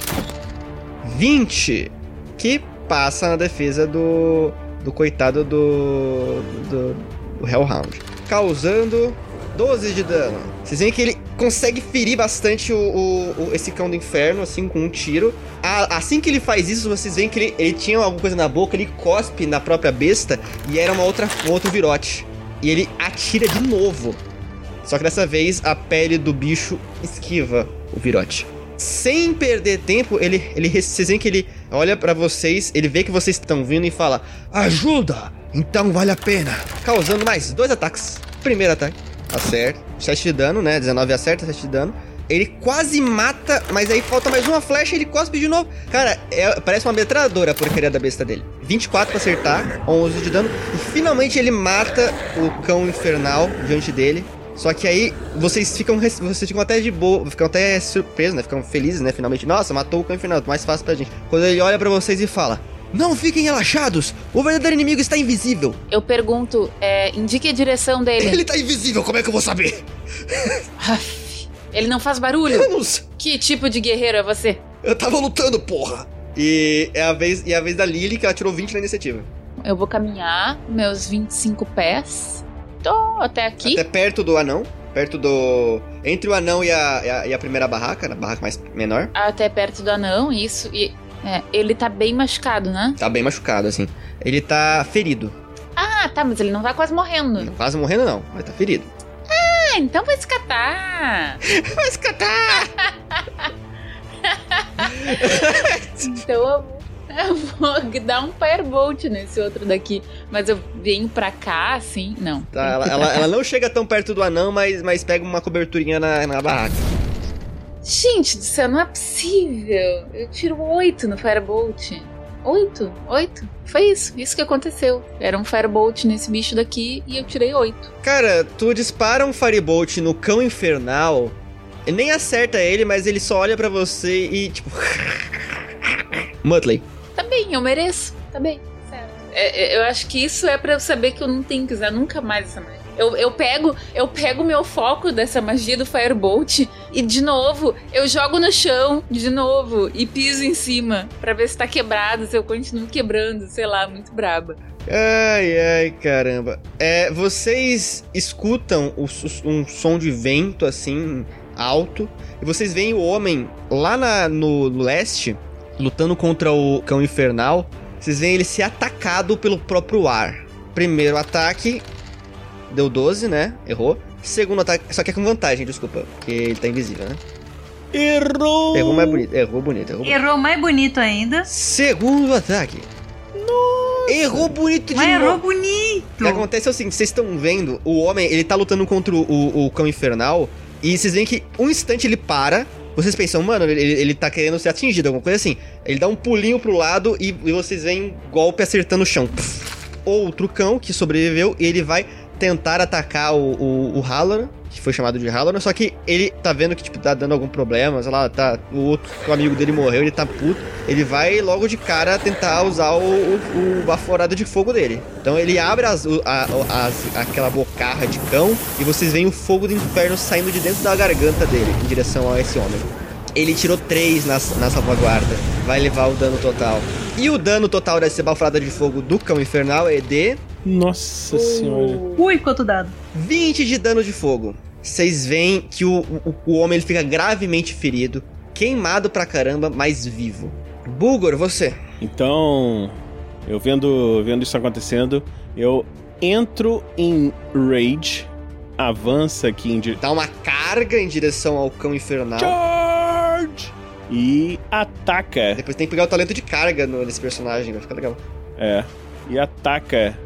vinte. Que passa na defesa do... Do coitado do... Do, do Hellhound. Causando doze de dano. Vocês veem que ele consegue ferir bastante o, o, o, esse cão do inferno, assim, com um tiro. A, assim que ele faz isso, vocês veem que ele, ele tinha alguma coisa na boca, ele cospe na própria besta e era uma outra, um outro virote. E ele atira de novo. Só que dessa vez a pele do bicho esquiva o virote. Sem perder tempo, ele, ele, vocês veem que ele olha pra vocês, ele vê que vocês estão vindo e fala: ajuda! Então vale a pena. Causando mais dois ataques. Primeiro ataque, acerta. sete de dano, né? dezenove acerta, sete de dano. Ele quase mata, mas aí falta mais uma flecha e ele cospe de novo. Cara, é, parece uma metralhadora a porcaria da besta dele. vinte e quatro pra acertar, onze de dano. E finalmente ele mata o cão infernal diante dele. Só que aí vocês ficam, vocês ficam até de boa, ficam até surpresos, né? Ficam felizes, né? Finalmente, nossa, matou o cão infernal, mais fácil pra gente. Quando ele olha pra vocês e fala: não fiquem relaxados, o verdadeiro inimigo está invisível.
Eu pergunto, é, indique a direção dele.
Ele tá invisível, como é que eu vou saber?
Ele não faz barulho?
Vamos.
Que tipo de guerreiro é você?
Eu tava lutando, porra. E é a vez, e é a vez da Lily, que ela tirou vinte na iniciativa.
Eu vou caminhar meus vinte e cinco pés. Tô até aqui.
Até perto do anão. Perto do... Entre o anão e a, e a, e a primeira barraca, a barraca mais menor.
Até perto do anão, isso. E é, ele tá bem machucado, né?
Tá bem machucado, assim. Ele tá ferido.
Ah, tá, mas ele não tá quase morrendo.
Não, quase morrendo não, mas tá ferido.
Ah, então vai se catar.
Vai se catar!
Então eu... Eu vou dar um firebolt nesse outro daqui. Mas eu venho pra cá, assim, não.
Tá, ela, ela, ela não chega tão perto do anão, mas, mas pega uma coberturinha na, na barraca.
Gente do céu, não é possível. Eu tiro oito no firebolt. Oito? Oito? Foi isso, isso que aconteceu. Era um firebolt nesse bicho daqui e eu tirei oito.
Cara, tu dispara um firebolt no cão infernal, e nem acerta ele, mas ele só olha pra você e tipo... Muttley.
Tá bem, eu mereço. Tá bem, certo. É, é, eu acho que isso é pra eu saber que eu não tenho que usar nunca mais essa magia. Eu, eu pego eu pego o meu foco dessa magia do Firebolt e, de novo, eu jogo no chão, de novo, e piso em cima, pra ver se tá quebrado, se eu continuo quebrando, sei lá, muito braba.
Ai, ai, caramba. É, vocês escutam o, um som de vento, assim, alto, e vocês veem o homem lá na, no, no leste... lutando contra o cão infernal. Vocês veem ele ser atacado pelo próprio ar. Primeiro ataque deu doze, né? Errou. Segundo ataque, só que é com vantagem, desculpa, porque ele tá invisível, né?
Errou!
Errou mais bonito, errou bonito, errou bonito.
Errou mais bonito ainda.
Segundo ataque. Nossa. Errou bonito de
Mas
novo.
errou bonito.
O que acontece é o seguinte, vocês estão vendo, o homem, ele tá lutando contra o, o, o cão infernal, e vocês veem que um instante ele para. Vocês pensam, mano, ele, ele tá querendo ser atingido, alguma coisa assim. Ele dá um pulinho pro lado e, e vocês veem um golpe acertando o chão. Pff. Outro cão que sobreviveu e ele vai tentar atacar o, o, o Halloran, que foi chamado de Halloran, só que ele tá vendo que, tipo, tá dando algum problema, sei lá, tá, o outro o amigo dele morreu, ele tá puto. Ele vai logo de cara tentar usar o, o, o baforado de fogo dele. Então ele abre as, a, as, aquela bocarra de cão e vocês veem o fogo do inferno saindo de dentro da garganta dele, em direção a esse homem. Ele tirou três na, na salvaguarda, vai levar o dano total. E o dano total dessa baforada de fogo do cão infernal é de...
Nossa senhora.
Ui, quanto dado?
vinte de dano de fogo. Vocês veem que o, o, o homem ele fica gravemente ferido, queimado pra caramba, mas vivo. Bulgor, você.
Então, eu vendo, vendo isso acontecendo, eu entro em rage, avança aqui em direção...
Dá uma carga em direção ao cão infernal.
Charge! E ataca.
Depois tem que pegar o talento de carga no, nesse personagem, vai ficar legal.
É, e ataca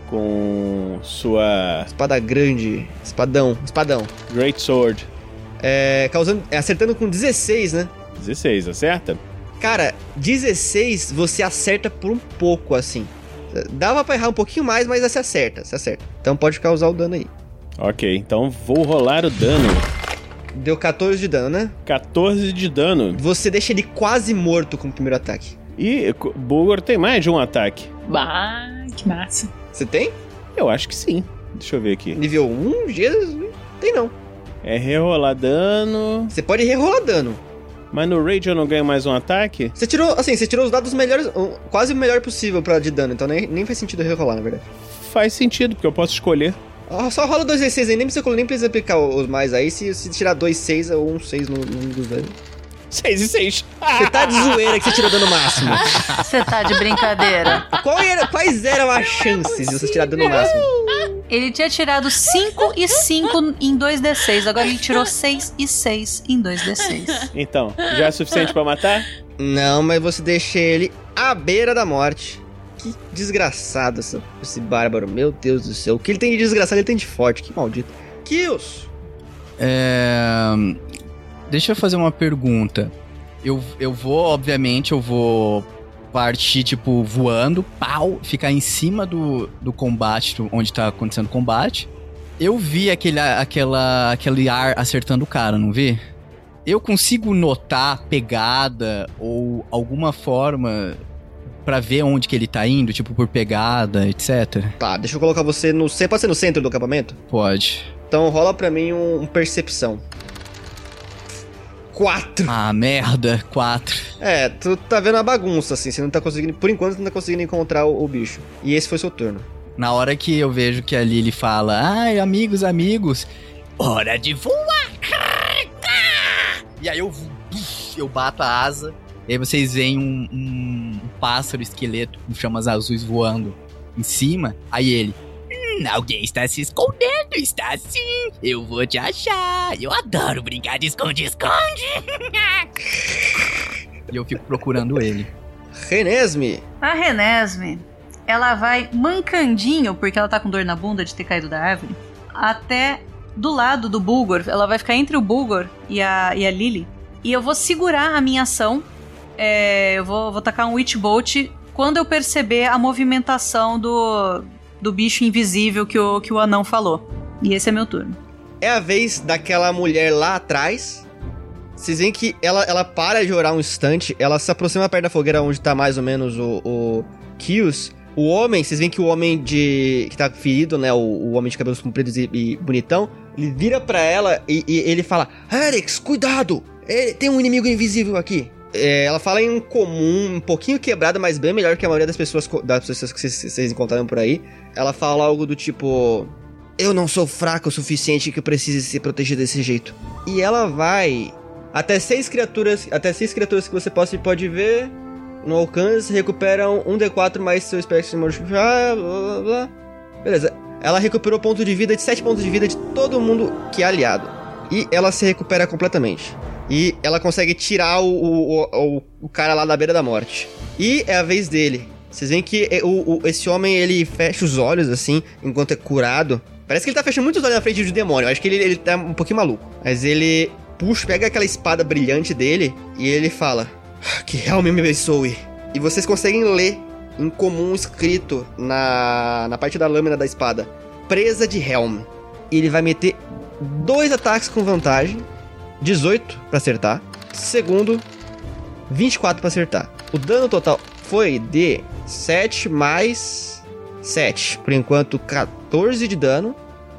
com sua...
Espada grande, espadão, espadão.
Great Sword.
É, causando, é, acertando com dezesseis, né?
dezesseis, acerta?
Cara, dezesseis você acerta por um pouco, assim. Dava pra errar um pouquinho mais, mas você acerta, você acerta. Então pode causar o dano aí.
Ok, então vou rolar o dano.
Deu quatorze de dano, né?
quatorze de dano.
Você deixa ele quase morto com o primeiro ataque.
E Bulgor tem mais de um ataque.
Bah, que massa.
Você tem?
Eu acho que sim. Deixa eu ver aqui.
Nível um? Jesus, tem não.
É rerolar dano.
Você pode rerolar dano.
Mas no Raid eu não ganho mais um ataque?
Você tirou, assim, você tirou os dados melhores, quase o melhor possível pra, de dano, então nem, nem faz sentido rerolar, na verdade.
Faz sentido, porque eu posso escolher.
Oh, só rola dois D seis aí, nem precisa, nem precisa aplicar os mais aí, se, se tirar dois seis ou um seis no, no dos danos.
seis e seis.
Você tá de zoeira que você tirou dano máximo.
Você tá de brincadeira.
Qual era, quais eram as chances de você tirar dano máximo?
Ele tinha tirado cinco e cinco em dois D seis, agora ele tirou seis e seis em dois D seis.
Então, já é suficiente pra matar?
Não, mas você deixa ele à beira da morte. Que desgraçado essa, esse bárbaro, meu Deus do céu. O que ele tem de desgraçado, ele tem de forte, que maldito. Kills!
É... Deixa eu fazer uma pergunta. Eu, eu vou, obviamente, eu vou partir, tipo, voando, pau, ficar em cima do, do combate, onde tá acontecendo o combate. Eu vi aquele, aquela, aquele ar acertando o cara, não vi? Eu consigo notar pegada ou alguma forma pra ver onde que ele tá indo, tipo, por pegada, etcétera?
Tá, deixa eu colocar você no... Você pode ser no centro do acampamento?
Pode.
Então rola pra mim um, um percepção. Quatro.
Ah, merda, quatro.
É, tu tá vendo a bagunça, assim, você não tá conseguindo... Por enquanto, você não tá conseguindo encontrar o, o bicho. E esse foi seu turno.
Na hora que eu vejo que a Lily fala, ai, amigos, amigos, hora de voar. E aí eu, eu bato a asa, e aí vocês veem um, um, um pássaro esqueleto com chamas azuis voando em cima. Aí ele, hum, alguém está se escondendo, está sim, eu vou te achar, eu adoro brincar de esconde-esconde. E eu fico procurando ele.
Renesme.
A Renesme, ela vai mancandinho, porque ela tá com dor na bunda de ter caído da árvore, até do lado do Bulgor. Ela vai ficar entre o Bulgor e a, e a Lily. E eu vou segurar a minha ação. É, eu vou, vou tacar um Witch Bolt quando eu perceber a movimentação do, do bicho invisível que o, que o anão falou. E esse é meu turno.
É a vez daquela mulher lá atrás. Vocês veem que ela, ela para de orar um instante. Ela se aproxima perto da fogueira onde tá mais ou menos o, o Kills. O homem, vocês veem que o homem de que tá ferido, né, o, o homem de cabelos compridos e, e bonitão, ele vira pra ela e, e ele fala, Alex, cuidado, é, tem um inimigo invisível aqui. É, ela fala em um comum, um pouquinho quebrado, mas bem melhor que a maioria das pessoas, das pessoas que vocês, vocês encontraram por aí. Ela fala algo do tipo, eu não sou fraca o suficiente que eu precise ser protegida desse jeito. E ela vai até seis criaturas, até seis criaturas que você pode, pode ver... No alcance, recuperam um D quatro mais seu espectro modificar, blá blá blá. Beleza. Ela recuperou ponto de vida de sete pontos de vida de todo mundo que é aliado. E ela se recupera completamente. E ela consegue tirar o, o, o, o cara lá da beira da morte. E é a vez dele. Vocês veem que o, o, esse homem, ele fecha os olhos assim, enquanto é curado. Parece que ele tá fechando muitos olhos na frente do demônio. Eu acho que ele, ele tá um pouquinho maluco. Mas ele puxa, pega aquela espada brilhante dele e ele fala... Que Helm me abençoe. E vocês conseguem ler em comum escrito na, na parte da lâmina da espada, presa de Helm. E ele vai meter dois ataques com vantagem, dezoito pra acertar. Segundo, vinte e quatro pra acertar. O dano total foi de sete mais sete. Por enquanto, quatorze de dano.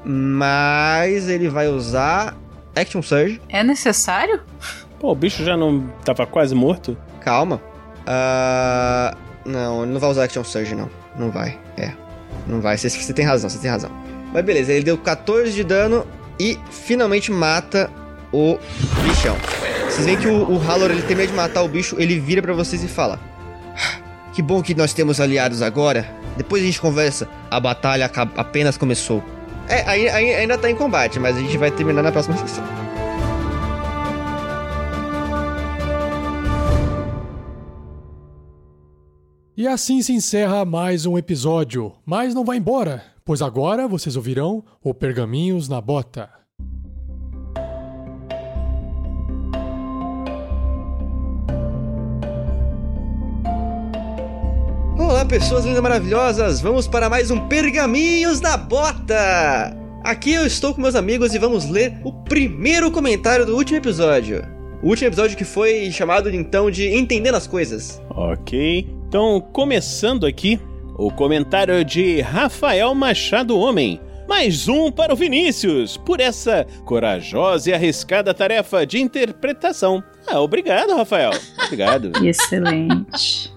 Mas ele vai usar Action Surge.
É necessário?
Pô, o bicho já não tava quase morto?
Calma. Uh, não, ele não vai usar Action Surge, não. Não vai, é. Não vai, você, você tem razão, você tem razão. Mas beleza, ele deu quatorze de dano e finalmente mata o bichão. Vocês veem que o, o Halor, ele termina de matar o bicho, ele vira pra vocês e fala... Que bom que nós temos aliados agora. Depois a gente conversa. A batalha apenas começou. É, ainda tá em combate, mas a gente vai terminar na próxima sessão.
E assim se encerra mais um episódio, mas não vai embora, pois agora vocês ouvirão o Pergaminhos na Bota.
Olá pessoas lindas maravilhosas, vamos para mais um Pergaminhos na Bota! Aqui eu estou com meus amigos e vamos ler o primeiro comentário do último episódio. O último episódio que foi chamado, então, de Entendendo as Coisas.
Ok. Então, começando aqui, o comentário de Rafael Machado Homem. Mais um para o Vinícius, por essa corajosa e arriscada tarefa de interpretação. Ah, obrigado, Rafael. Obrigado.
Excelente.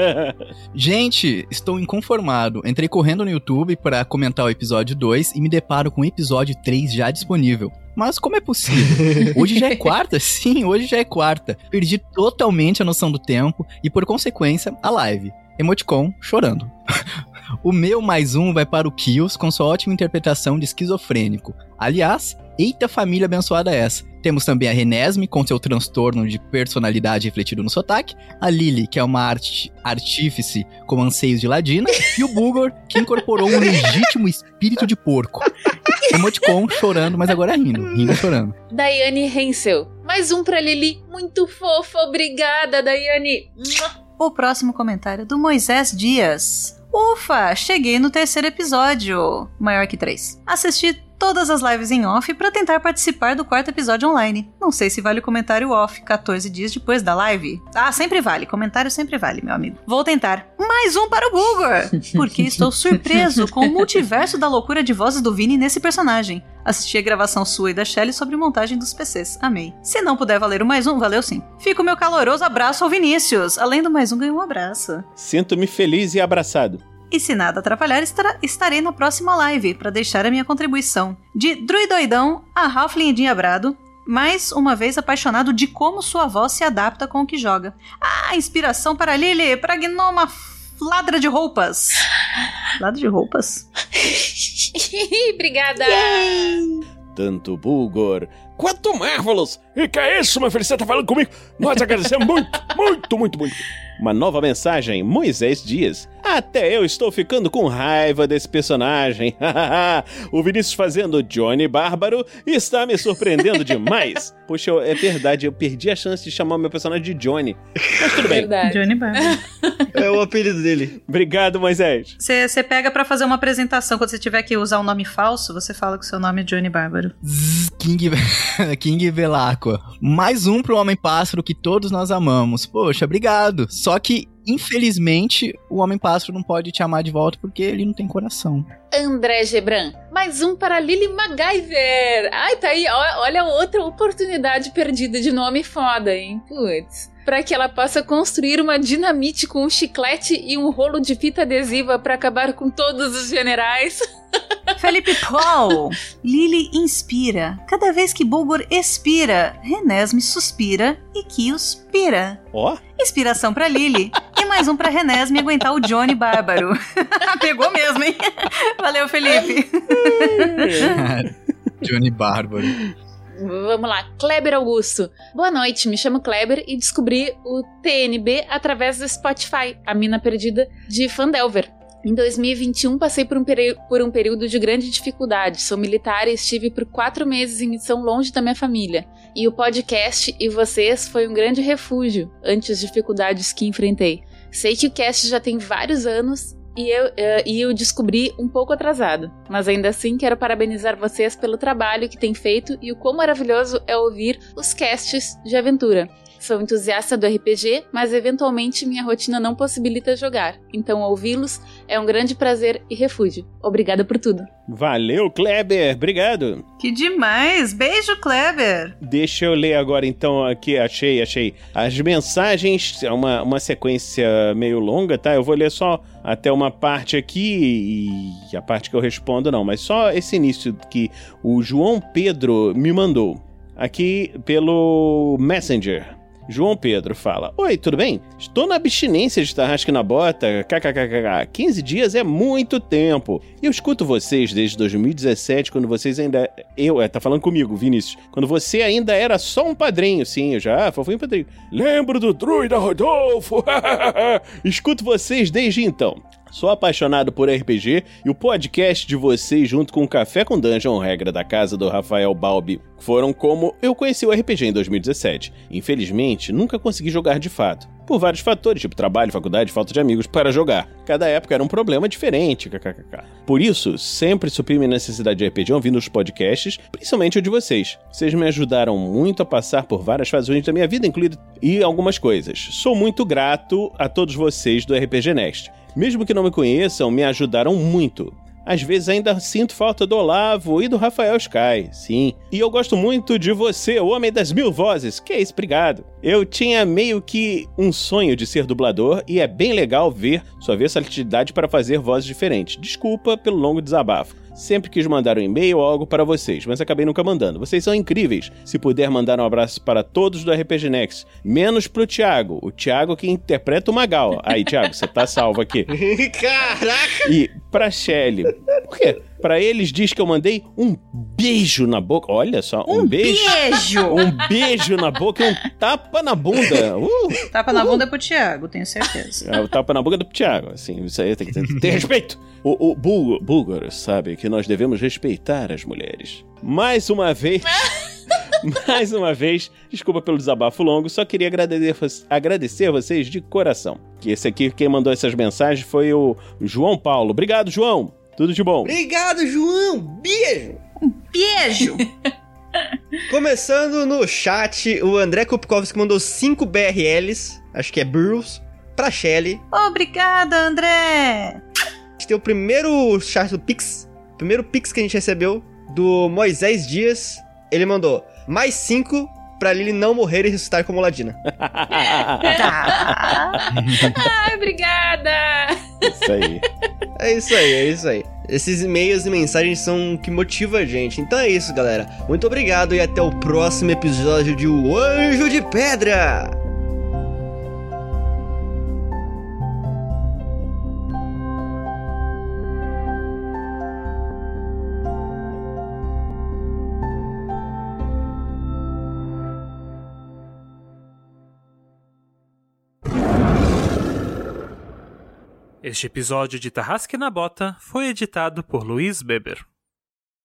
Gente, estou inconformado. Entrei correndo no YouTube para comentar o episódio dois e me deparo com o episódio três já disponível. Mas como é possível? Hoje já é quarta? Sim, hoje já é quarta. Perdi totalmente a noção do tempo e, por consequência, a live. Emoticon chorando. O meu mais um vai para o Kills com sua ótima interpretação de esquizofrênico. Aliás, eita família abençoada essa. Temos também a Renesme com seu transtorno de personalidade refletido no sotaque, a Lily, que é uma art- artífice com anseios de ladina, e o Bugor, que incorporou um legítimo espírito de porco. Emoticon chorando, mas agora rindo, rindo e chorando.
Daiane Hensel. Mais um pra Lili. Muito fofa, obrigada, Daiane.
O próximo comentário do Moisés Dias. Ufa, cheguei no terceiro episódio. Maior que três. Assisti todas as lives em off pra tentar participar do quarto episódio online. Não sei se vale o comentário off, quatorze dias depois da live. Ah, sempre vale. Comentário sempre vale, meu amigo. Vou tentar. Mais um para o Bugor, porque estou surpreso com o multiverso da loucura de vozes do Vini nesse personagem. Assisti a gravação sua e da Shelly sobre montagem dos P Cs. Amei. Se não puder valer o mais um, valeu sim. Fica o meu caloroso abraço ao Vinícius. Além do mais um, ganhou um abraço.
Sinto-me feliz e abraçado.
E se nada atrapalhar, estará, estarei na próxima live para deixar a minha contribuição. De Druidoidão a Halfling Endiabrado, mais uma vez apaixonado de como sua voz se adapta com o que joga. Ah, inspiração para Lily, para Gnoma Ladra de Roupas. Ladra de Roupas?
Obrigada!
Yay! Tanto Bugor quanto Marvelous. E que é isso, meu filho? Você tá falando comigo? Nós agradecemos muito, muito, muito, muito. Uma nova mensagem, Moisés Dias. Até eu estou ficando com raiva desse personagem. O Vinícius fazendo Johnny Bárbaro está me surpreendendo demais. Poxa, é verdade, eu perdi a chance de chamar o meu personagem de Johnny. Mas tudo bem.
Verdade.
Johnny Bárbaro.
É o apelido dele.
Obrigado, Moisés.
Você pega pra fazer uma apresentação. Quando você tiver que usar um nome falso, você fala que o seu nome é Johnny Bárbaro.
Zzz, King, King Velacqua. Mais um pro Homem-Pássaro que todos nós amamos. Poxa, obrigado. Só que, infelizmente, o Homem-Pássaro não pode te amar de volta porque ele não tem coração.
André Gebran. Mais um para Lily MacGyver. Ai, tá aí. Olha outra oportunidade perdida de nome foda, hein? Putz. Pra que ela possa construir uma dinamite com um chiclete e um rolo de fita adesiva pra acabar com todos os generais.
Felipe Paul. Lily inspira. Cada vez que Bulgur expira, Renesme suspira e Kios pira.
Ó. Oh.
Inspiração pra Lily. E mais um pra Renesme aguentar o Johnny Bárbaro. Pegou mesmo, hein? Valeu, Felipe.
Johnny Bárbaro.
Vamos lá, Kleber Augusto. Boa noite, me chamo Kleber e descobri o T N B através do Spotify, a mina perdida de Fandelver. Em dois mil e vinte e um, passei por um, peri- por um período de grande dificuldade. Sou militar e estive por quatro meses em missão longe da minha família. E o podcast e vocês foi um grande refúgio ante as dificuldades que enfrentei. Sei que o cast já tem vários anos e eu, uh, e eu descobri um pouco atrasado. Mas ainda assim quero parabenizar vocês pelo trabalho que têm feito e o quão maravilhoso é ouvir os casts de aventura. Sou entusiasta do R P G, mas eventualmente minha rotina não possibilita jogar. Então ouvi-los é um grande prazer e refúgio. Obrigada por tudo.
Valeu, Kleber. Obrigado.
Que demais. Beijo, Kleber.
Deixa eu ler agora, então, aqui. Achei, achei. As mensagens, é uma, uma sequência meio longa, tá? Eu vou ler só até uma parte aqui e a parte que eu respondo não, mas só esse início que o João Pedro me mandou. Aqui pelo Messenger. João Pedro fala: Oi, tudo bem? Estou na abstinência de tarrasque na bota, kkkk. quinze dias é muito tempo. Eu escuto vocês desde dois mil e dezessete, quando vocês ainda... Eu, é, tá falando comigo, Vinícius. Quando você ainda era só um padrinho. Sim, eu já fui um padrinho. Lembro do Druida Rodolfo. Escuto vocês desde então. Sou apaixonado por R P G e o podcast de vocês junto com o Café com Dungeon Regra da casa do Rafael Balbi foram como eu conheci o R P G em dois mil e dezessete. Infelizmente, nunca consegui jogar de fato. por vários fatores, tipo trabalho, faculdade, falta de amigos para jogar. Cada época era um problema diferente, kkkk. Por isso, sempre supri minha necessidade de R P G ouvindo os podcasts, principalmente o de vocês. Vocês me ajudaram muito a passar por várias fases ruins da minha vida, incluindo e algumas coisas. Sou muito grato a todos vocês do R P G Next. Mesmo que não me conheçam, me ajudaram muito. Às vezes ainda sinto falta do Olavo e do Rafael Sky, sim. E eu gosto muito de você, o homem das mil vozes. Que é isso, obrigado. Eu tinha meio que um sonho de ser dublador e é bem legal ver sua versatilidade para fazer vozes diferentes. Desculpa pelo longo desabafo. Sempre quis mandar um e-mail ou algo para vocês, mas acabei nunca mandando. Vocês são incríveis. Se puder mandar um abraço para todos do R P G Next, menos pro Thiago. O Thiago que interpreta o Magal. Aí, Thiago, você tá salvo aqui.
Caraca!
E pra Shelly, por quê? Pra eles diz que eu mandei um beijo na boca. Olha só, um,
um
beijo.
beijo!
Um beijo na boca e um tapa na bunda. Uh,
tapa na bunda pro Thiago, tenho certeza.
É o tapa na boca do Thiago. Assim, isso aí tem que ter, ter respeito. O, o Bulgar, Bulgar sabe que nós devemos respeitar as mulheres. Mais uma vez... Mais uma vez, desculpa pelo desabafo longo, só queria agradecer, agradecer a vocês de coração. Que esse aqui, quem mandou essas mensagens foi o João Paulo. Obrigado, João. Tudo de bom.
Obrigado, João. Beijo.
Um beijo.
Começando no chat, o André Kupkowski mandou cinco B R Ls, acho que é Burros, pra Shelly.
Obrigada, André.
A gente tem o primeiro chat do Pix, o primeiro Pix que a gente recebeu, do Moisés Dias. Ele mandou mais cinco pra Lily não morrer e ressuscitar como Ladina.
Ai, obrigada!
Isso aí.
É isso aí, é isso aí. Esses e-mails e mensagens são o que motiva a gente. Então é isso, galera. Muito obrigado e até o próximo episódio de O Anjo de Pedra!
Este episódio de Tarrasque na Bota foi editado por Luiz Beber.